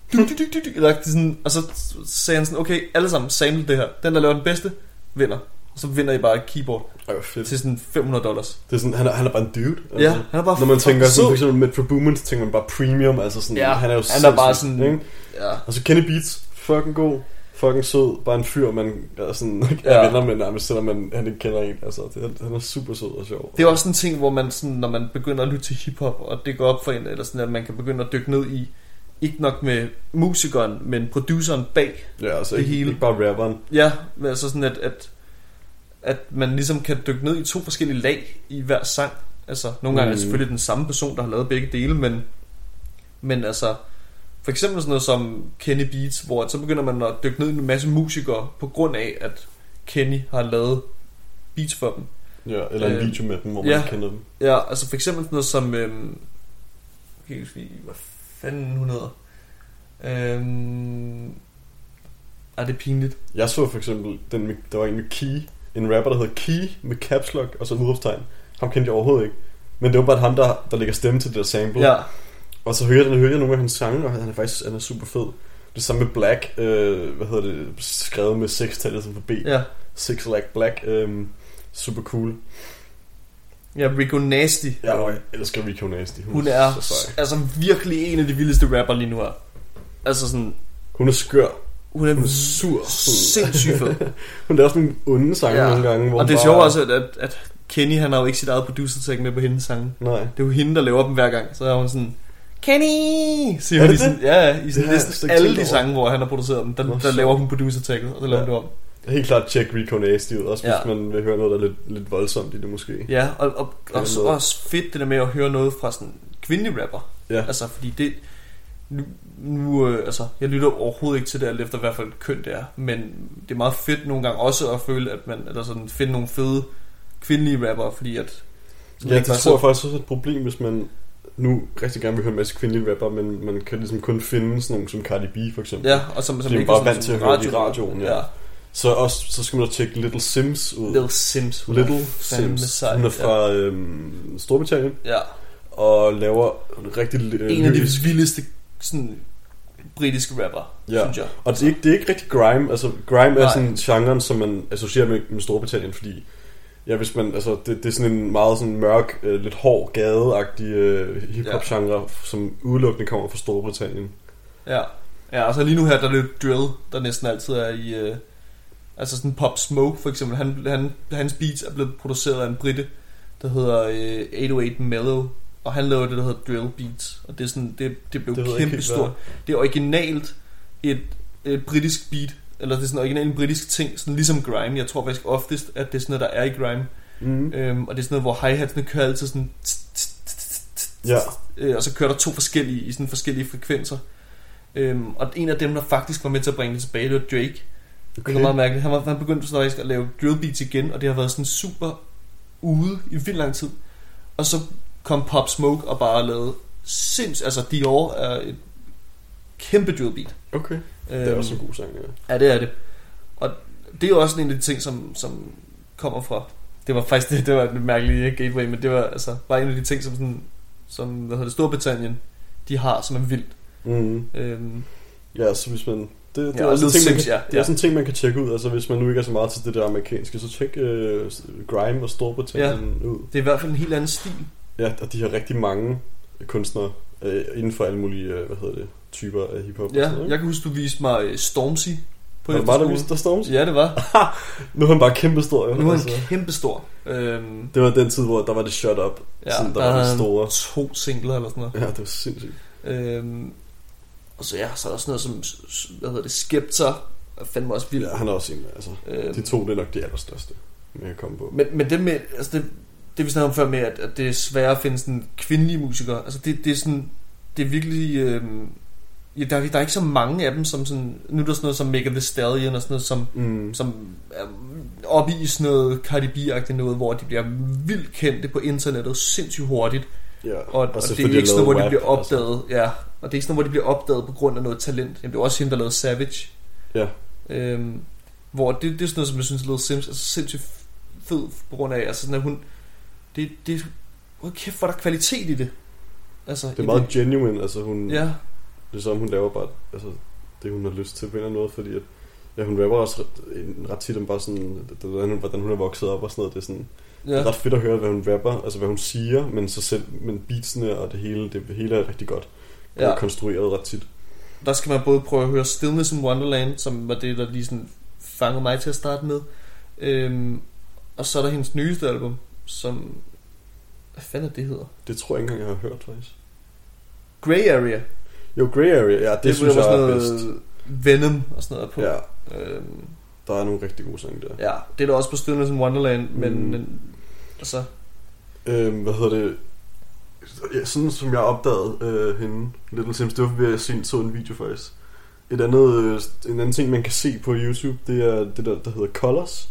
A: Eller sådan, og så sagde han sådan, okay, alle sammen sample det her. Den der laver den bedste vinder. Og så vinder I bare et keyboard til sådan $500. Det
B: er sådan, han er bare en dude. Altså.
A: Ja, han er bare.
B: Når man tænker sådan, for eksempel Metro Boomin, så tænker man bare premium, altså sådan,
A: ja,
B: han er jo
A: han er bare sådan,
B: ikke? Ja. Og så Kenny Beats, fucking god. fucking sød. Bare en fyr, man er sådan, er venner med nærmest, selvom han ikke kender en. Altså, han er super sød og sjov.
A: Det er også en ting, hvor man sådan, når man begynder at lytte til hiphop, og det går op for en, eller sådan, at man kan begynde at dykke ned i, ikke nok med musikeren, men produceren bag
B: altså
A: det hele.
B: Ikke bare rapperen.
A: Ja, men altså sådan, at man ligesom kan dykke ned i 2 forskellige lag i hver sang. Altså, nogle gange er det selvfølgelig den samme person, der har lavet begge dele, men altså, for eksempel sådan noget som Kenny Beats, hvor så begynder man at dykke ned i en masse musikere, på grund af, at Kenny har lavet beats for dem.
B: Ja, eller en video med dem, hvor man kender dem.
A: Ja, altså for eksempel sådan noget som, hvad fanden hun hedder? Det er pinligt.
B: Jeg så for eksempel, der var en med Key, en rapper, der hedder Key, med caps lock og så udråbstegn. Ham kendte jeg overhovedet ikke. Men det var bare ham, der lægger stemme til det der sample. Ja. Og så hører jeg nogle af hans sange, og han er super fed. Det samme med Black, skrevet med 6-tallet som på B. Ja. 6 like Black, super cool.
A: Ja, Rico Nasty.
B: Ja, jeg elsker Rico Nasty.
A: Hun er altså virkelig en af de vildeste rapper lige nu her. Altså sådan...
B: Hun er skør.
A: Hun er sur. Sindssygt fed.
B: Hun er også nogle onde sange nogle gange. Hvor
A: og det er sjovt også, at Kenny, han har jo ikke sit eget producer-tag med på hendes sange.
B: Nej.
A: Det er jo hende, der laver dem hver gang. Så er hun sådan... Kenny! Siger hun i sådan, i sådan næsten alle de sange, hvor han har produceret dem. Der laver hun producer-tagget, og så laver hun det om.
B: Helt klart tjek Rico Nasty ud, også hvis man vil høre noget, der er lidt voldsomt i det måske.
A: Ja, og også fedt det der med at høre noget fra sådan en kvindelig rapper. Ja. Altså, fordi det... Nu jeg lytter overhovedet ikke til det, alt efter hvad for et køn det er. Men det er meget fedt nogle gange også at føle, at man eller sådan, finde nogle fede kvindelige rapper, fordi at...
B: Ja, det tror jeg faktisk også er et problem, hvis man nu rigtig gerne vil høre en masse kvindelige rapper, men man kan ligesom kun finde sådan nogle som Cardi B for eksempel.
A: Ja, og som
B: ikke bare vant til at høre i radioen. Ja. Så skal man da tjekke Little Sims ud.
A: Little Sims.
B: Hun er fra Storbritannien. Ja. Og laver rigtig
A: en af de vildeste sådan britiske rapper, synes jeg.
B: Og det er ikke rigtig grime. Altså grime er sådan genren, som man associerer med Storbritannien, fordi hvis man det er sådan en meget sådan mørk, lidt hård gadeagtig hiphop genre, som udelukkende kommer fra Storbritannien. Ja.
A: Ja, altså lige nu her der er det drill, der næsten altid er i altså sådan Pop Smoke for eksempel. Hans beats er blevet produceret af en brite, der hedder 808 Mellow. Og han lavede det, der hedder drill beats. Og det er sådan, det blev kæmpe stort. Det er originalt et britisk beat. Eller det er sådan originalt en britisk ting, sådan ligesom grime. Jeg tror faktisk oftest, at det er sådan noget, der er i grime. Og det er sådan noget, hvor hi-hatsene kører altid sådan... Og så kører der 2 forskellige i sådan forskellige frekvenser. Og en af dem, der faktisk var med til at bringe det tilbage, det var Drake. Okay. Det var meget mærkeligt. Han begyndte sådan at lave drill beats igen, og det har været sådan super ude i en vildt lang tid. Og så kom Pop Smoke og bare lavede altså Dior er et kæmpe drill beat.
B: Okay. Det er også en god sang,
A: ja. Ja, det er det. Og det er jo også en af de ting, som kommer fra... Det var faktisk det var et mærkeligt gateway, men det var altså bare en af de ting, som Storbritannien, de har, som er vildt.
B: Ja, så hvis man... Det er også sådan en ting, man kan tjekke ud. Altså hvis man nu ikke er så meget til det der amerikanske, så tjek grime og Storbritannien ud.
A: Det er i hvert fald en helt anden stil.
B: Ja, og de har rigtig mange kunstnere inden for alle mulige, typer af hiphop.
A: Ja, jeg kan huske, du viste mig Stormzy
B: på efterskolen. Var der vist der Stormzy?
A: Ja, det var.
B: Nu er han bare kæmpestor.
A: Nu er han kæmpestor.
B: Det var den tid, hvor der var det Shut Up.
A: Ja, sådan, der var det store. 2 singler eller sådan noget.
B: Ja, det var sindssygt.
A: Og så så er der sådan noget som, Skepta. Fandme også vildt.
B: Ja, han er også en, altså. De 2, det er nok de allerstørste, man kan komme på.
A: Men det med, altså det vi snakkede om før med, at det er svært at finde sådan kvindelige musikere. Altså det er sådan, det er virkelig... der er ikke så mange af dem, som sådan... Nu er der sådan noget som Megan Thee Stallion og sådan noget, som er oppe i sådan noget Cardi B-agtigt noget, hvor de bliver vildt kendte på internettet sindssygt hurtigt.
B: Ja,
A: og det er ikke sådan, hvor de bliver opdaget. Altså. Ja, og det er ikke sådan, hvor de bliver opdaget på grund af noget talent. Jamen, det er også hende, der lavede Savage. Ja. Hvor det er sådan noget, som jeg synes er lidt sindssygt fed på grund af, altså sådan, at hun... Det kæft, hvor der kvalitet i det. Altså,
B: det er meget genuine, altså hun... Ja. Det er som hun laver bare, altså det hun har lyst til på en eller anden måde, fordi at, hun rapper også ret tit om bare sådan, hvordan hun er vokset op og sådan noget, det er sådan... Ja. Det er ret fedt at høre, hvad hun rapper, altså hvad hun siger, men beatsene og det hele er rigtig godt konstrueret ret tit.
A: der skal man både prøve at høre Stillness in Wonderland, som var det, der lige sådan fangede mig til at starte med. Og så er der hendes nyeste album, som... Hvad fanden det hedder?
B: Det tror jeg ikke engang, jeg har hørt, faktisk.
A: Grey Area.
B: Jo, Grey Area, ja, det synes jeg er bedst.
A: Venom og sådan noget på.
B: Ja. Der er nogle rigtig gode sange der.
A: Ja, det er da også på Stillness in Wonderland, men altså...
B: Hvad hedder det? Ja, sådan som jeg opdagede hende, Little Sims, det var ved at se en video faktisk. En anden ting, man kan se på YouTube, det er det der hedder Colors.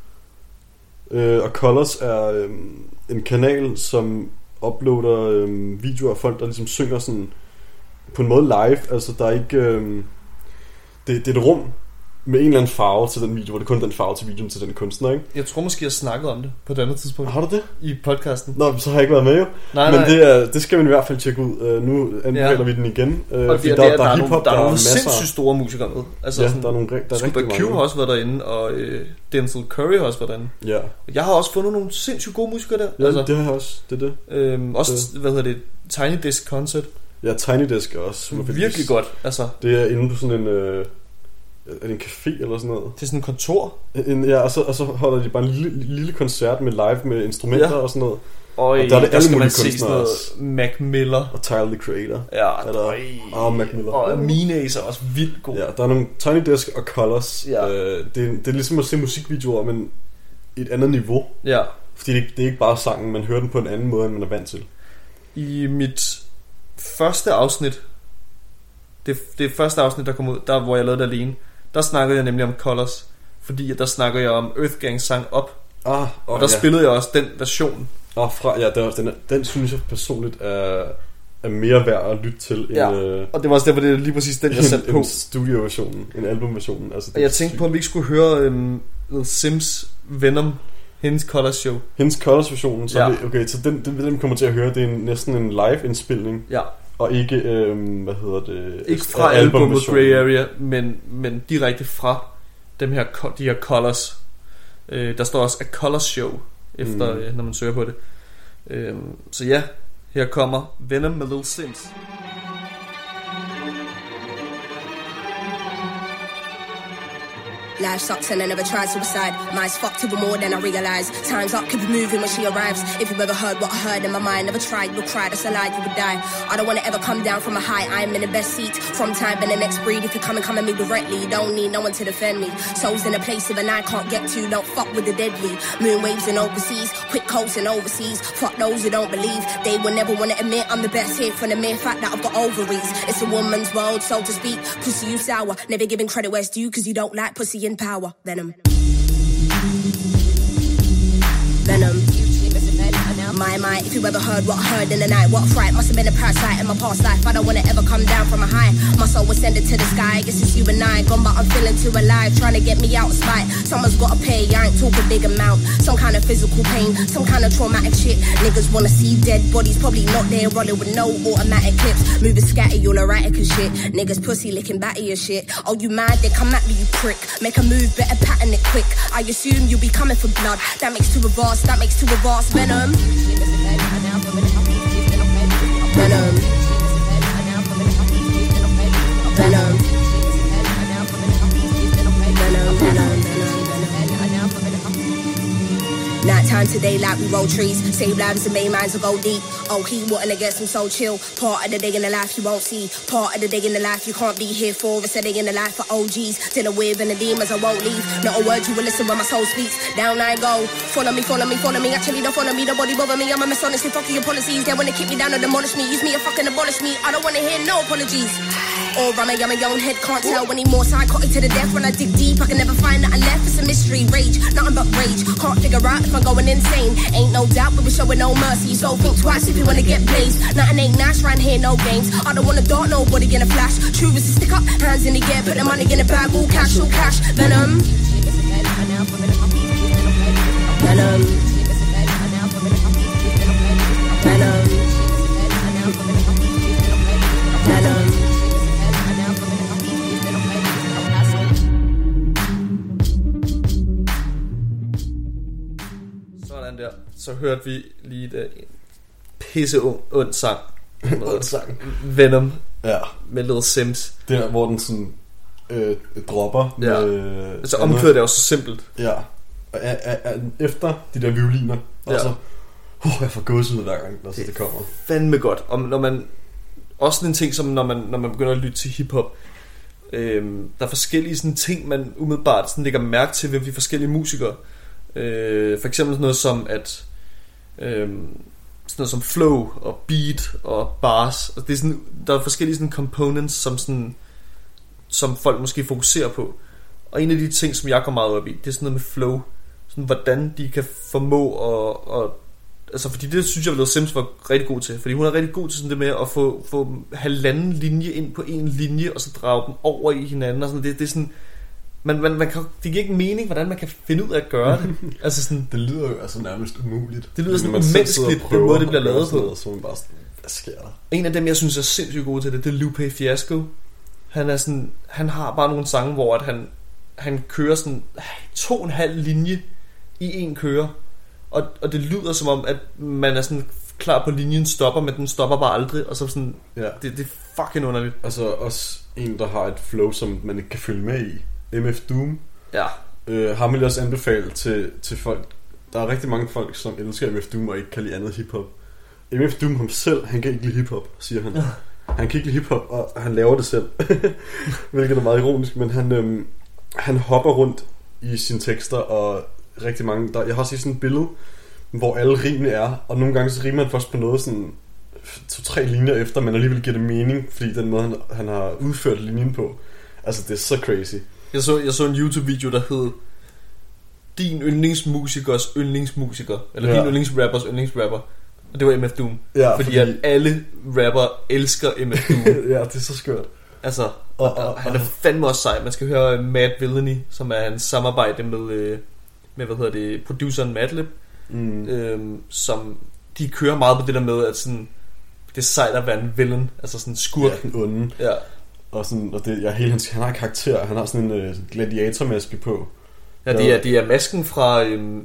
B: Og Colors er en kanal, som uploader videoer af folk, der ligesom synger sådan på en måde live. Altså der er ikke... det er et rum med en eller anden farve til den video, hvor det kun er den farve til videoen til den kunstner, ikke?
A: Jeg tror måske, jeg snakkede om det på et andet tidspunkt.
B: Har du det?
A: I podcasten.
B: Nå, så har jeg ikke været med jo.
A: Nej.
B: Det skal man i hvert fald tjekke ud. Nu anbefaler vi den igen.
A: Der er hiphop, der er nogle sindssygt store musikere med. Altså,
B: ja, der er nogle rigtig mange.
A: Q har også været derinde, og Denzel Curry har også været derinde.
B: Ja.
A: Jeg har også fundet nogle sindssygt gode musikere der.
B: Ja, altså, det har jeg også. Det er det.
A: Også, hvad hedder det? Tiny Desk Concert.
B: Ja, Tiny Desk er også.
A: Virkelig godt, altså.
B: Det er inde på sådan en... Er det en café eller sådan noget?
A: Det er sådan en kontor.
B: Ja, og så holder de bare en lille koncert med live med instrumenter og sådan noget.
A: Og
B: der er det alle mulige kunstnere.
A: Mac Miller.
B: Og Tyler, the Creator.
A: Ja,
B: Mac Miller.
A: Og Minace er også vildt god.
B: Ja, der er nogle Tiny Desk og Colors. Ja. Det er ligesom at se musikvideoer, men i et andet niveau.
A: Ja.
B: Fordi det er ikke bare sangen, man hører den på en anden måde, end man er vant til.
A: I mit første afsnit, det første afsnit, der kom ud, der hvor jeg lavede det alene, der snakkede jeg nemlig om Colors, fordi der snakker jeg om Earthgangs sang Op. Og der spillede jeg også den version. Den synes jeg personligt er mere værd at lytte til end, og det var også derfor, det er lige præcis den, jeg satte på.
B: En studioversionen, en albumversionen. Altså,
A: og jeg tænkte på, om vi ikke skulle høre Little Sims Venom, hendes Colors show.
B: Hendes Colors versionen, så okay, så den kommer til at høre, det er næsten en live indspilning.
A: Ja.
B: Og ikke,
A: ikke fra albumet Grey Area, men direkte fra de her Colors. Der står også A Colors Show, efter, når man søger på det. Så ja, her kommer Venom med Little Sims.
E: Life sucks and I never tried suicide. Mine's fucked even more than I realize. Time's up, keep it moving when she arrives. If you've ever heard what I heard in my mind, never tried, you'll cry, that's a lie, you would die. I don't wanna ever come down from a high, I'm in the best seat. From time and the next breed, if you come at me directly, you don't need no one to defend me. Souls in a place even I can't get to, don't fuck with the deadly. Moon waves and overseas, quick coats and overseas. Fuck those who don't believe, they will never wanna admit I'm the best here from the mere fact that I've got ovaries. It's a woman's world, so to speak. Pussy you sour, never giving credit where it's due, cause you don't like pussy in power. Venom. Venom. My, if you ever heard what I heard in the night, what a fright, must have been a parasite in my past life. I don't wanna ever come down from a high, my soul was sending to the sky. I guess it's you and I, gone but I'm feeling too alive, trying to get me out of spite. Someone's gotta pay, I ain't talking big amount. Some kind of physical pain, some kind of traumatic shit. Niggas wanna see dead bodies, probably not there, rolling with no automatic clips. Moving scatty, all erratic and shit. Niggas pussy licking batty and shit. Oh you mad, then come at me you prick. Make a move, better pattern it quick. I assume you'll be coming for blood. That makes two of us, that makes two of us. Venom. Venom. Venom. Night time to daylight, we roll trees. Save lives and main minds will go deep. Oh, he wanting to get some so chill. Part of the day in the life you won't see. Part of the day in the life you can't be here for. It's a day in the life for OGs. Dealing with and the demons I won't leave. Not a word you will listen when my soul speaks. Down I go. Follow me, follow me, follow me. Actually don't follow me, nobody bother me. I'm a mess honestly, fuck your policies. They wanna keep me down or demolish me. Use me or fucking abolish me. I don't wanna hear no apologies. Or I'm a young head, can't tell anymore. Psychotic to the death when I dig deep. I can never find nothing left. It's a mystery, rage, nothing but rage. Can't figure out if I'm going insane. Ain't no doubt, but we're showing no mercy. So think twice if you wanna get blazed. Nothing ain't nice round here, no games. I don't wanna dart nobody in a flash. True is to stick up, hands in the air, put the money in the bag, all cash, all cash. Venom. Venom. Venom. Venom.
A: Sådan der. Så hørte vi lige en pisse ond sang.
B: ond sang.
A: Venom med Little Sims.
B: Der, hvor den sådan dropper.
A: Ja.
B: Med
A: altså omkvædet er jo så simpelt.
B: Ja. Og efter de der violiner, og så jeg får gåsehud hver gang, når det kommer.
A: Fandme godt. Og når man også en ting som når man begynder at lytte til hiphop, der er forskellige sådan ting man umiddelbart sådan lægger mærke til ved de forskellige musikere. For eksempel sådan noget som at sådan noget som flow og beat og bars. Og det er sådan, der er forskellige sådan components som folk måske fokuserer på. Og en af de ting som jeg går meget op i, det er sådan noget med flow. Sådan hvordan de kan formå at altså fordi det synes jeg Little Sims var rigtig god til. Fordi hun er rigtig god til sådan det med at få halvanden linje ind på en linje, og så drage dem over i hinanden og sådan. Det er sådan man kan, det giver ikke mening hvordan man kan finde ud af at gøre det. Altså sådan,
B: det lyder jo altså nærmest umuligt.
A: Det lyder sådan umenneskeligt den måde det bliver lavet på.
B: Så man bare sådan, hvad sker der?
A: En af dem jeg synes er sindssygt god til det er Lupe Fiasco. Han har bare nogle sange hvor at han kører sådan 2,5 linje i en kører. Og det lyder som om at man er sådan klar på linjen stopper, men den stopper bare aldrig. Og så sådan det er fucking underligt.
B: Altså også en der har et flow som man ikke kan følge med i. MF Doom.
A: Ja.
B: Har man også anbefalet til folk. Der er rigtig mange folk som elsker MF Doom og ikke kan lide andet hiphop. MF Doom ham selv, han kan ikke lide hiphop, siger han. Han kan ikke lide hiphop, og han laver det selv. Hvilket er meget ironisk, men han hopper rundt i sine tekster, og rigtig mange jeg har også set sådan et billede hvor alle rimene er, og nogle gange så rimer han først på noget sådan 2-3 linjer efter, men alligevel giver det mening, fordi den måde han har udført linjen på, altså det er så crazy.
A: Jeg så en YouTube-video der hed din yndlingsmusikers yndlingsmusiker, eller din yndlingsrappers yndlingsrapper, og det var MF Doom. Fordi at alle rapper elsker MF Doom.
B: Ja, det er så skørt.
A: Altså, og han er fandme også sej. Man skal høre Mad Villainy, som er hans samarbejde med produceren Madlib, som de kører meget på det der med at sådan, det er sejt at være en villain, altså sådan en skurk.
B: Ja, den onde. Ja. Og sådan, og det, han har en karakter, han har sådan en gladiatormaske på.
A: Ja, det er masken fra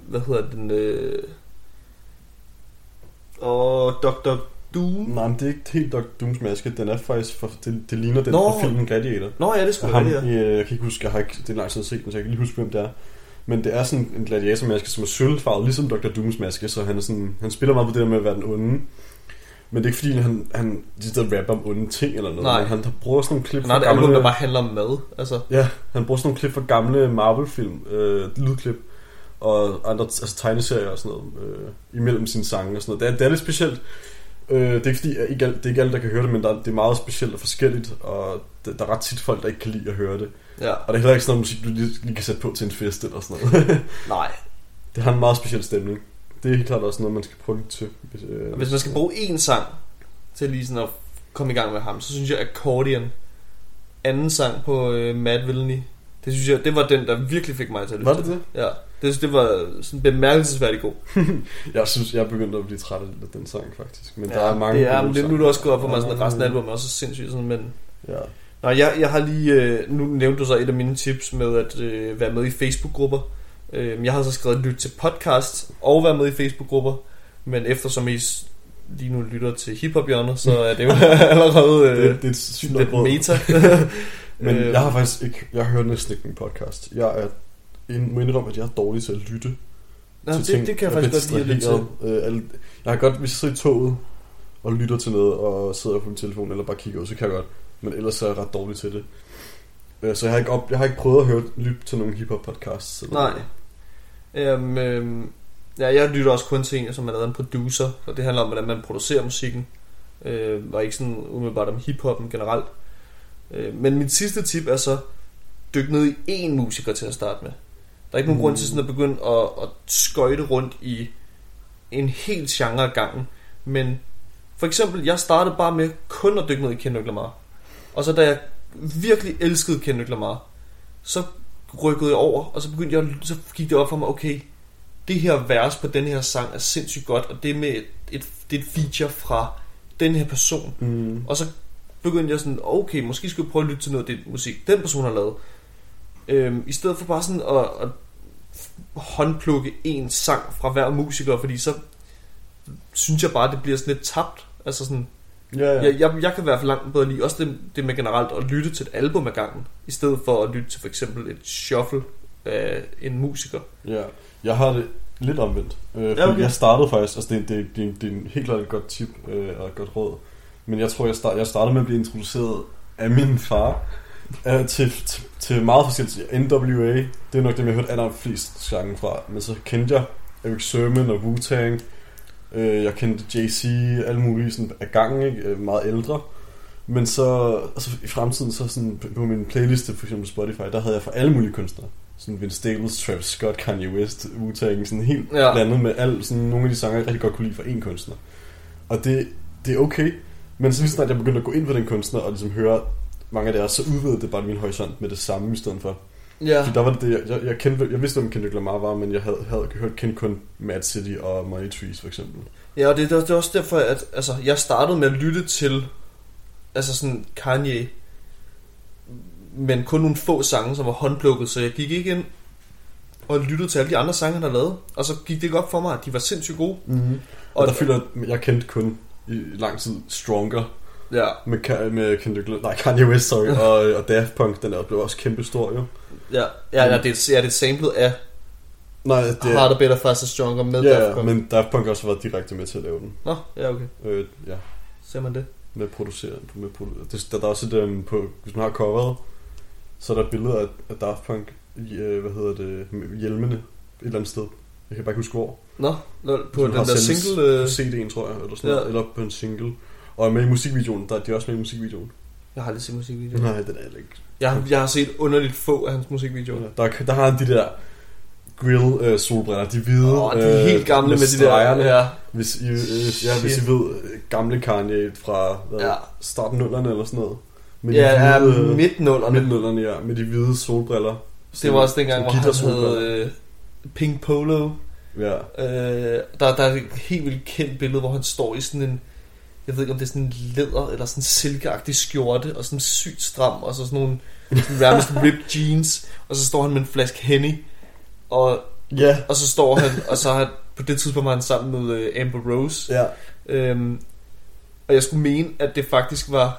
A: Dr. Doom.
B: Nej, men det er ikke helt Dr. Dooms maske. Den er faktisk det ligner den fra filmen Gladiator.
A: Nå ja, det skulle
B: være det. Jeg kan ikke huske, det er lang tid set den, så jeg kan lige huske hvem det er. Men det er sådan en gladiatormaske, som er sølvfarvet, ligesom Dr. Dooms maske, så han spiller meget på det der med at være den onde. Men det er ikke fordi han rapper om onde ting eller noget.
A: Nej.
B: Men han bruger sådan nogle klip
A: fra gamle... album, der bare handler om mad. Altså.
B: Ja, han bruger sådan nogle klip fra gamle Marvel-film, lydklip og andre altså tegneserier og sådan noget, imellem sine sange og sådan noget. Det er lidt specielt. Det er ikke fordi, det er ikke alle, der kan høre det, men det er meget specielt og forskelligt, og der er ret tit folk, der ikke kan lide at høre det. Ja. Og det er heller ikke sådan noget musik, du lige kan sætte på til en fest eller sådan noget.
A: Nej.
B: Det har en meget speciel stemning. Det er helt klart også noget, man skal prøve til.
A: Hvis man skal bruge én sang til lige sådan at komme i gang med ham, så synes jeg Accordion, anden sang på Mad Villainy, det synes jeg, det var den, der virkelig fik mig til det.
B: Var det det?
A: Ja, det var sådan bemærkelsesværdigt god.
B: Jeg synes, jeg er begyndt at blive træt af den sang faktisk. Men der er mange
A: det er nu er det også gået op for mig, sådan, at resten af albumet er også sindssygt sådan, men...
B: Ja.
A: Nå, jeg har lige... nu nævnte du så et af mine tips med at være med i Facebook-grupper. Jeg har så skrevet lyt til podcast og være med i Facebook-grupper. Men eftersom I lige nu lytter til hiphop-hjørnet, så er det jo allerede
B: det er et sygt
A: lidt meta.
B: Men jeg har faktisk ikke... Jeg hører næsten ikke min podcast. Jeg må indrømme, at jeg er dårlig til at lytte.
A: Nå, det kan jeg faktisk godt lide lidt til.
B: Jeg har godt, hvis jeg sidder i toget og lytter til noget og sidder på min telefon eller bare kigger ud, så kan jeg godt. Men ellers er jeg ret dårlig til det. Så jeg har ikke prøvet at lytte til nogle hiphop podcasts.
A: Nej. Jeg lytter også kun til en, som er lavet en producer, og det handler om, hvordan man producerer musikken, og ikke sådan umiddelbart om hiphoppen generelt. Men mit sidste tip er så, dyk ned i én musiker til at starte med. Der er ikke nogen grund til sådan at begynde at skøjte rundt i en helt genre af gangen. Men for eksempel, jeg startede bare med kun at dykke ned i Kendrick Lamar. Og så da jeg virkelig elskede Kendrick Lamar, så rykkede jeg over, og så gik det op for mig, okay, det her vers på den her sang er sindssygt godt, og det er med det er et feature fra den her person. Og så begyndte jeg sådan, okay, måske skal jeg prøve at lytte til noget af det musik, den person har lavet. I stedet for bare sådan at håndplukke en sang fra hver musiker, fordi så synes jeg bare, det bliver sådan lidt tabt. Altså sådan,
B: Ja.
A: Jeg kan i hvert fald langt bedre lide også det med generelt at lytte til et album ad gangen, i stedet for at lytte til for eksempel et shuffle af en musiker.
B: Ja, jeg har det lidt omvendt.
A: Okay.
B: Jeg startede faktisk, altså det er en helt klart et godt tip og et godt råd. Men jeg tror, jeg startede med at blive introduceret af min far til meget forskelligt. NWA, det er nok det, jeg har hørt allerflest sange fra. Men så kendte jeg Eric Sermon og Wu-Tang. Jeg kendte Jay-Z, alle mulige sådan af gangen, ikke? Meget ældre. Men så altså i fremtiden, så sådan, på min playliste, for eksempel Spotify, der havde jeg for alle mulige kunstnere. Sådan Vince Staples, Travis Scott, Kanye West, Wu-Tang, sådan helt blandet med sådan nogle af de sange, jeg rigtig godt kunne lide for én kunstner. Og det er okay, men så lige snart jeg begyndte at gå ind på den kunstner og ligesom høre mange af deres, så udvidede det bare min horisont med det samme i stedet for.
A: Ja.
B: For der var det, jeg vidste, om Kendrick Lamar var, men jeg havde hørt kun Mad City og Money Trees for eksempel.
A: Ja, og det er også derfor, at altså, jeg startede med at lytte til altså sådan Kanye, men kun nogle få sange, som var håndplukket, så jeg gik ikke ind og lyttede til alle de andre sange, han havde lavet, og så gik det ikke op for mig, at de var sindssygt gode.
B: Mm-hmm. Og der føler jeg kendte kun i lang tid Stronger.
A: Ja.
B: Med Kanye West, sorry, og Daft Punk, den der blev også kæmpe stor, jo.
A: Ja, det er samlet af Harder, Better, Faster, Stronger med Daft Punk.
B: Men Daft Punk også har været direkte med til at lave den.
A: Nå, ja, okay.
B: Ja.
A: Ser man det?
B: Med produceret. Der er også et, hvis man har coveret, så er der billeder af Daft Punk i, hjelmene et eller andet sted. Jeg kan bare ikke huske hvor.
A: Nå, på den der single...
B: På CD'en, tror jeg, eller sådan noget, eller på en single. Og med i musikvideoen, de er også med i musikvideoen.
A: Jeg har aldrig set musikvideoen.
B: Nej, den er ikke.
A: Jeg har set underligt få af hans musikvideoer.
B: Ja, der har han de der grill solbriller, de hvide.
A: De er helt gamle med de der. Ja.
B: Hvis I ved, gamle Kanye fra starten 0'erne eller sådan noget. Midt-0'erne, ja, med de hvide solbriller.
A: Det var også dengang, hvor han havde Pink Polo.
B: Ja.
A: Der er et helt vildt kendt billede, hvor han står i sådan en, jeg ved ikke om det er sådan en læder eller sådan en silkeagtig skjorte og sådan sygt stram og så sådan nogle nærmest ripped jeans, og så står han med en flaske Henny og så står han, og så har på det tidspunkt var han sammen med Amber Rose.
B: Ja.
A: Og jeg skulle mene at det faktisk var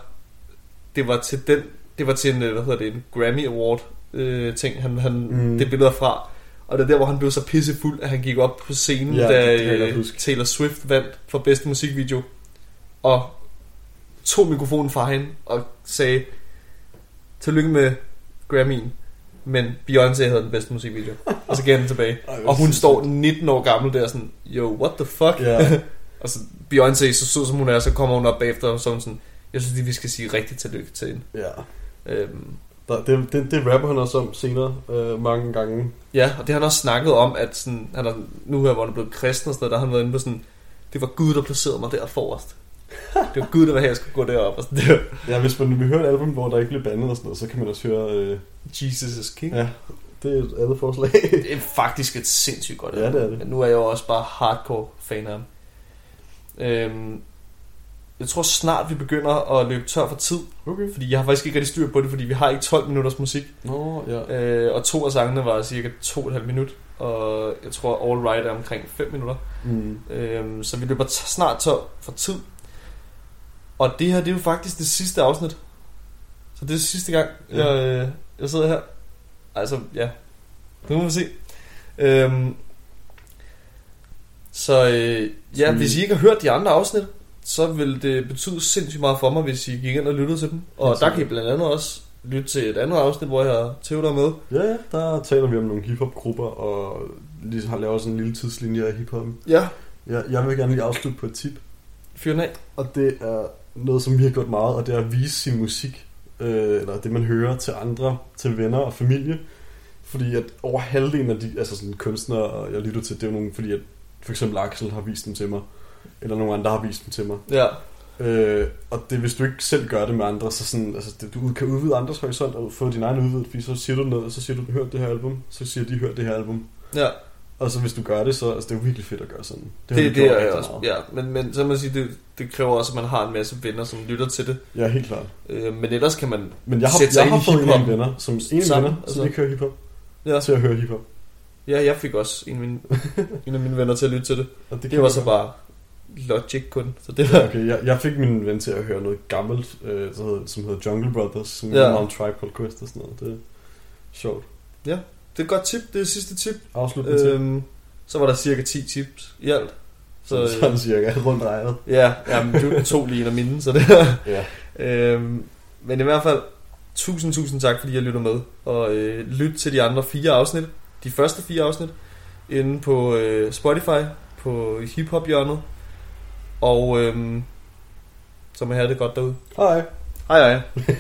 A: til en en Grammy Award ting det billede fra. Og det er der, hvor han blev så pissefuld, at han gik op på scenen, da Taylor Swift vandt for bedste musikvideo, og tog mikrofonen fra hende og sagde, tillykke med Grammy'en, men Beyoncé havde den bedste musikvideo. Og så gav den tilbage. Og hun står 19 år gammel der sådan, yo, what the fuck?
B: Yeah.
A: Og så Beyoncé, så sød som hun er, så kommer hun op bagefter og sådan, jeg synes, vi skal sige rigtig tillykke til hende.
B: Ja. Det rapper han også om senere mange gange.
A: Ja, og det har han også snakket om, at sådan, han er, nu her, hvor han er blevet kristen og sådan noget, der har han været inde på sådan, det var Gud, der placerede mig der forrest. Det var Gud, der var her, jeg skulle gå derop og sådan der. Ja,
B: hvis man vil høre et album, hvor der ikke bliver bandet og sådan noget, så kan man også høre
A: Jesus is King.
B: Ja, det er et andet forslag.
A: Det er faktisk et sindssygt godt album.
B: Ja, det er det.
A: Men nu er jeg jo også bare hardcore fan af ham. Jeg tror snart vi begynder at løbe tør for tid.
B: Okay.
A: Fordi jeg har faktisk ikke rigtig styr på det, fordi vi har ikke 12 minutters musik.
B: Ja.
A: Og 2 af sangene var cirka 2,5 minut. Og jeg tror All Right er omkring 5 minutter. Så vi løber snart tør for tid. Og det her, det er jo faktisk det sidste afsnit. Så det er sidste gang jeg sidder her. Altså ja, det må vi se. Hvis I ikke har hørt de andre afsnit, så vil det betyde sindssygt meget for mig, hvis I gik ind og lyttede til dem. Og der kan I blandt andet også lytte til et andet afsnit, hvor jeg har Theodor med.
B: Ja, der taler vi om nogle hiphop-grupper, og lige har lavet sådan en lille tidslinje af hiphoppen.
A: Ja.
B: Jeg vil gerne lige afslutte på et tip.
A: Fyren af.
B: Og det er noget, som vi har gjort meget, og det er at vise sin musik, eller det man hører til andre, til venner og familie. Fordi at over halvdelen af de sådan kunstnere, jeg lytter til, det er jo nogle, fordi at for eksempel Axel har vist dem til mig, eller nogen andre har vist dem til mig.
A: Ja.
B: Og det, hvis du ikke selv gør det med andre, så sådan, altså, du kan udvide andres horisont og få din egen udvidet, fordi så siger du noget, og så siger du, hørt det her album, så siger de, hørt det her album.
A: Ja.
B: Og så hvis du gør det, så altså, det er jo virkelig fedt at gøre sådan.
A: Det er også. Ja, men så må man sige, det kræver også, at man har en masse venner, som lytter til det.
B: Ja, helt klart.
A: Men ellers kan man
B: jeg har fået en af mine venner, som ikke hører hiphop, til at høre hiphop.
A: Ja, jeg fik også en af mine venner til at lytte til det. Og det var så bare Logic kun. Så det var...
B: Okay, jeg fik min ven til at høre noget gammelt, som hedder Jungle Brothers, som
A: Ja.
B: er om Tribe Called Quest og sådan noget. Det er sjovt.
A: Ja, det er et godt tip. Det er det sidste tip.
B: Afslutning til.
A: Så var der cirka 10 tips i alt.
B: Så sådan cirka rundt regnet.
A: Ja, men du tog lige en af mine, så det
B: Ja.
A: men i hvert fald, tusind tak, fordi jeg lytter med. Og lyt til de andre 4 afsnit. De første 4 afsnit. Inde på Spotify, på hiphop-hjørnet. Og så må I have det godt derude.
B: Hej.
A: Hej.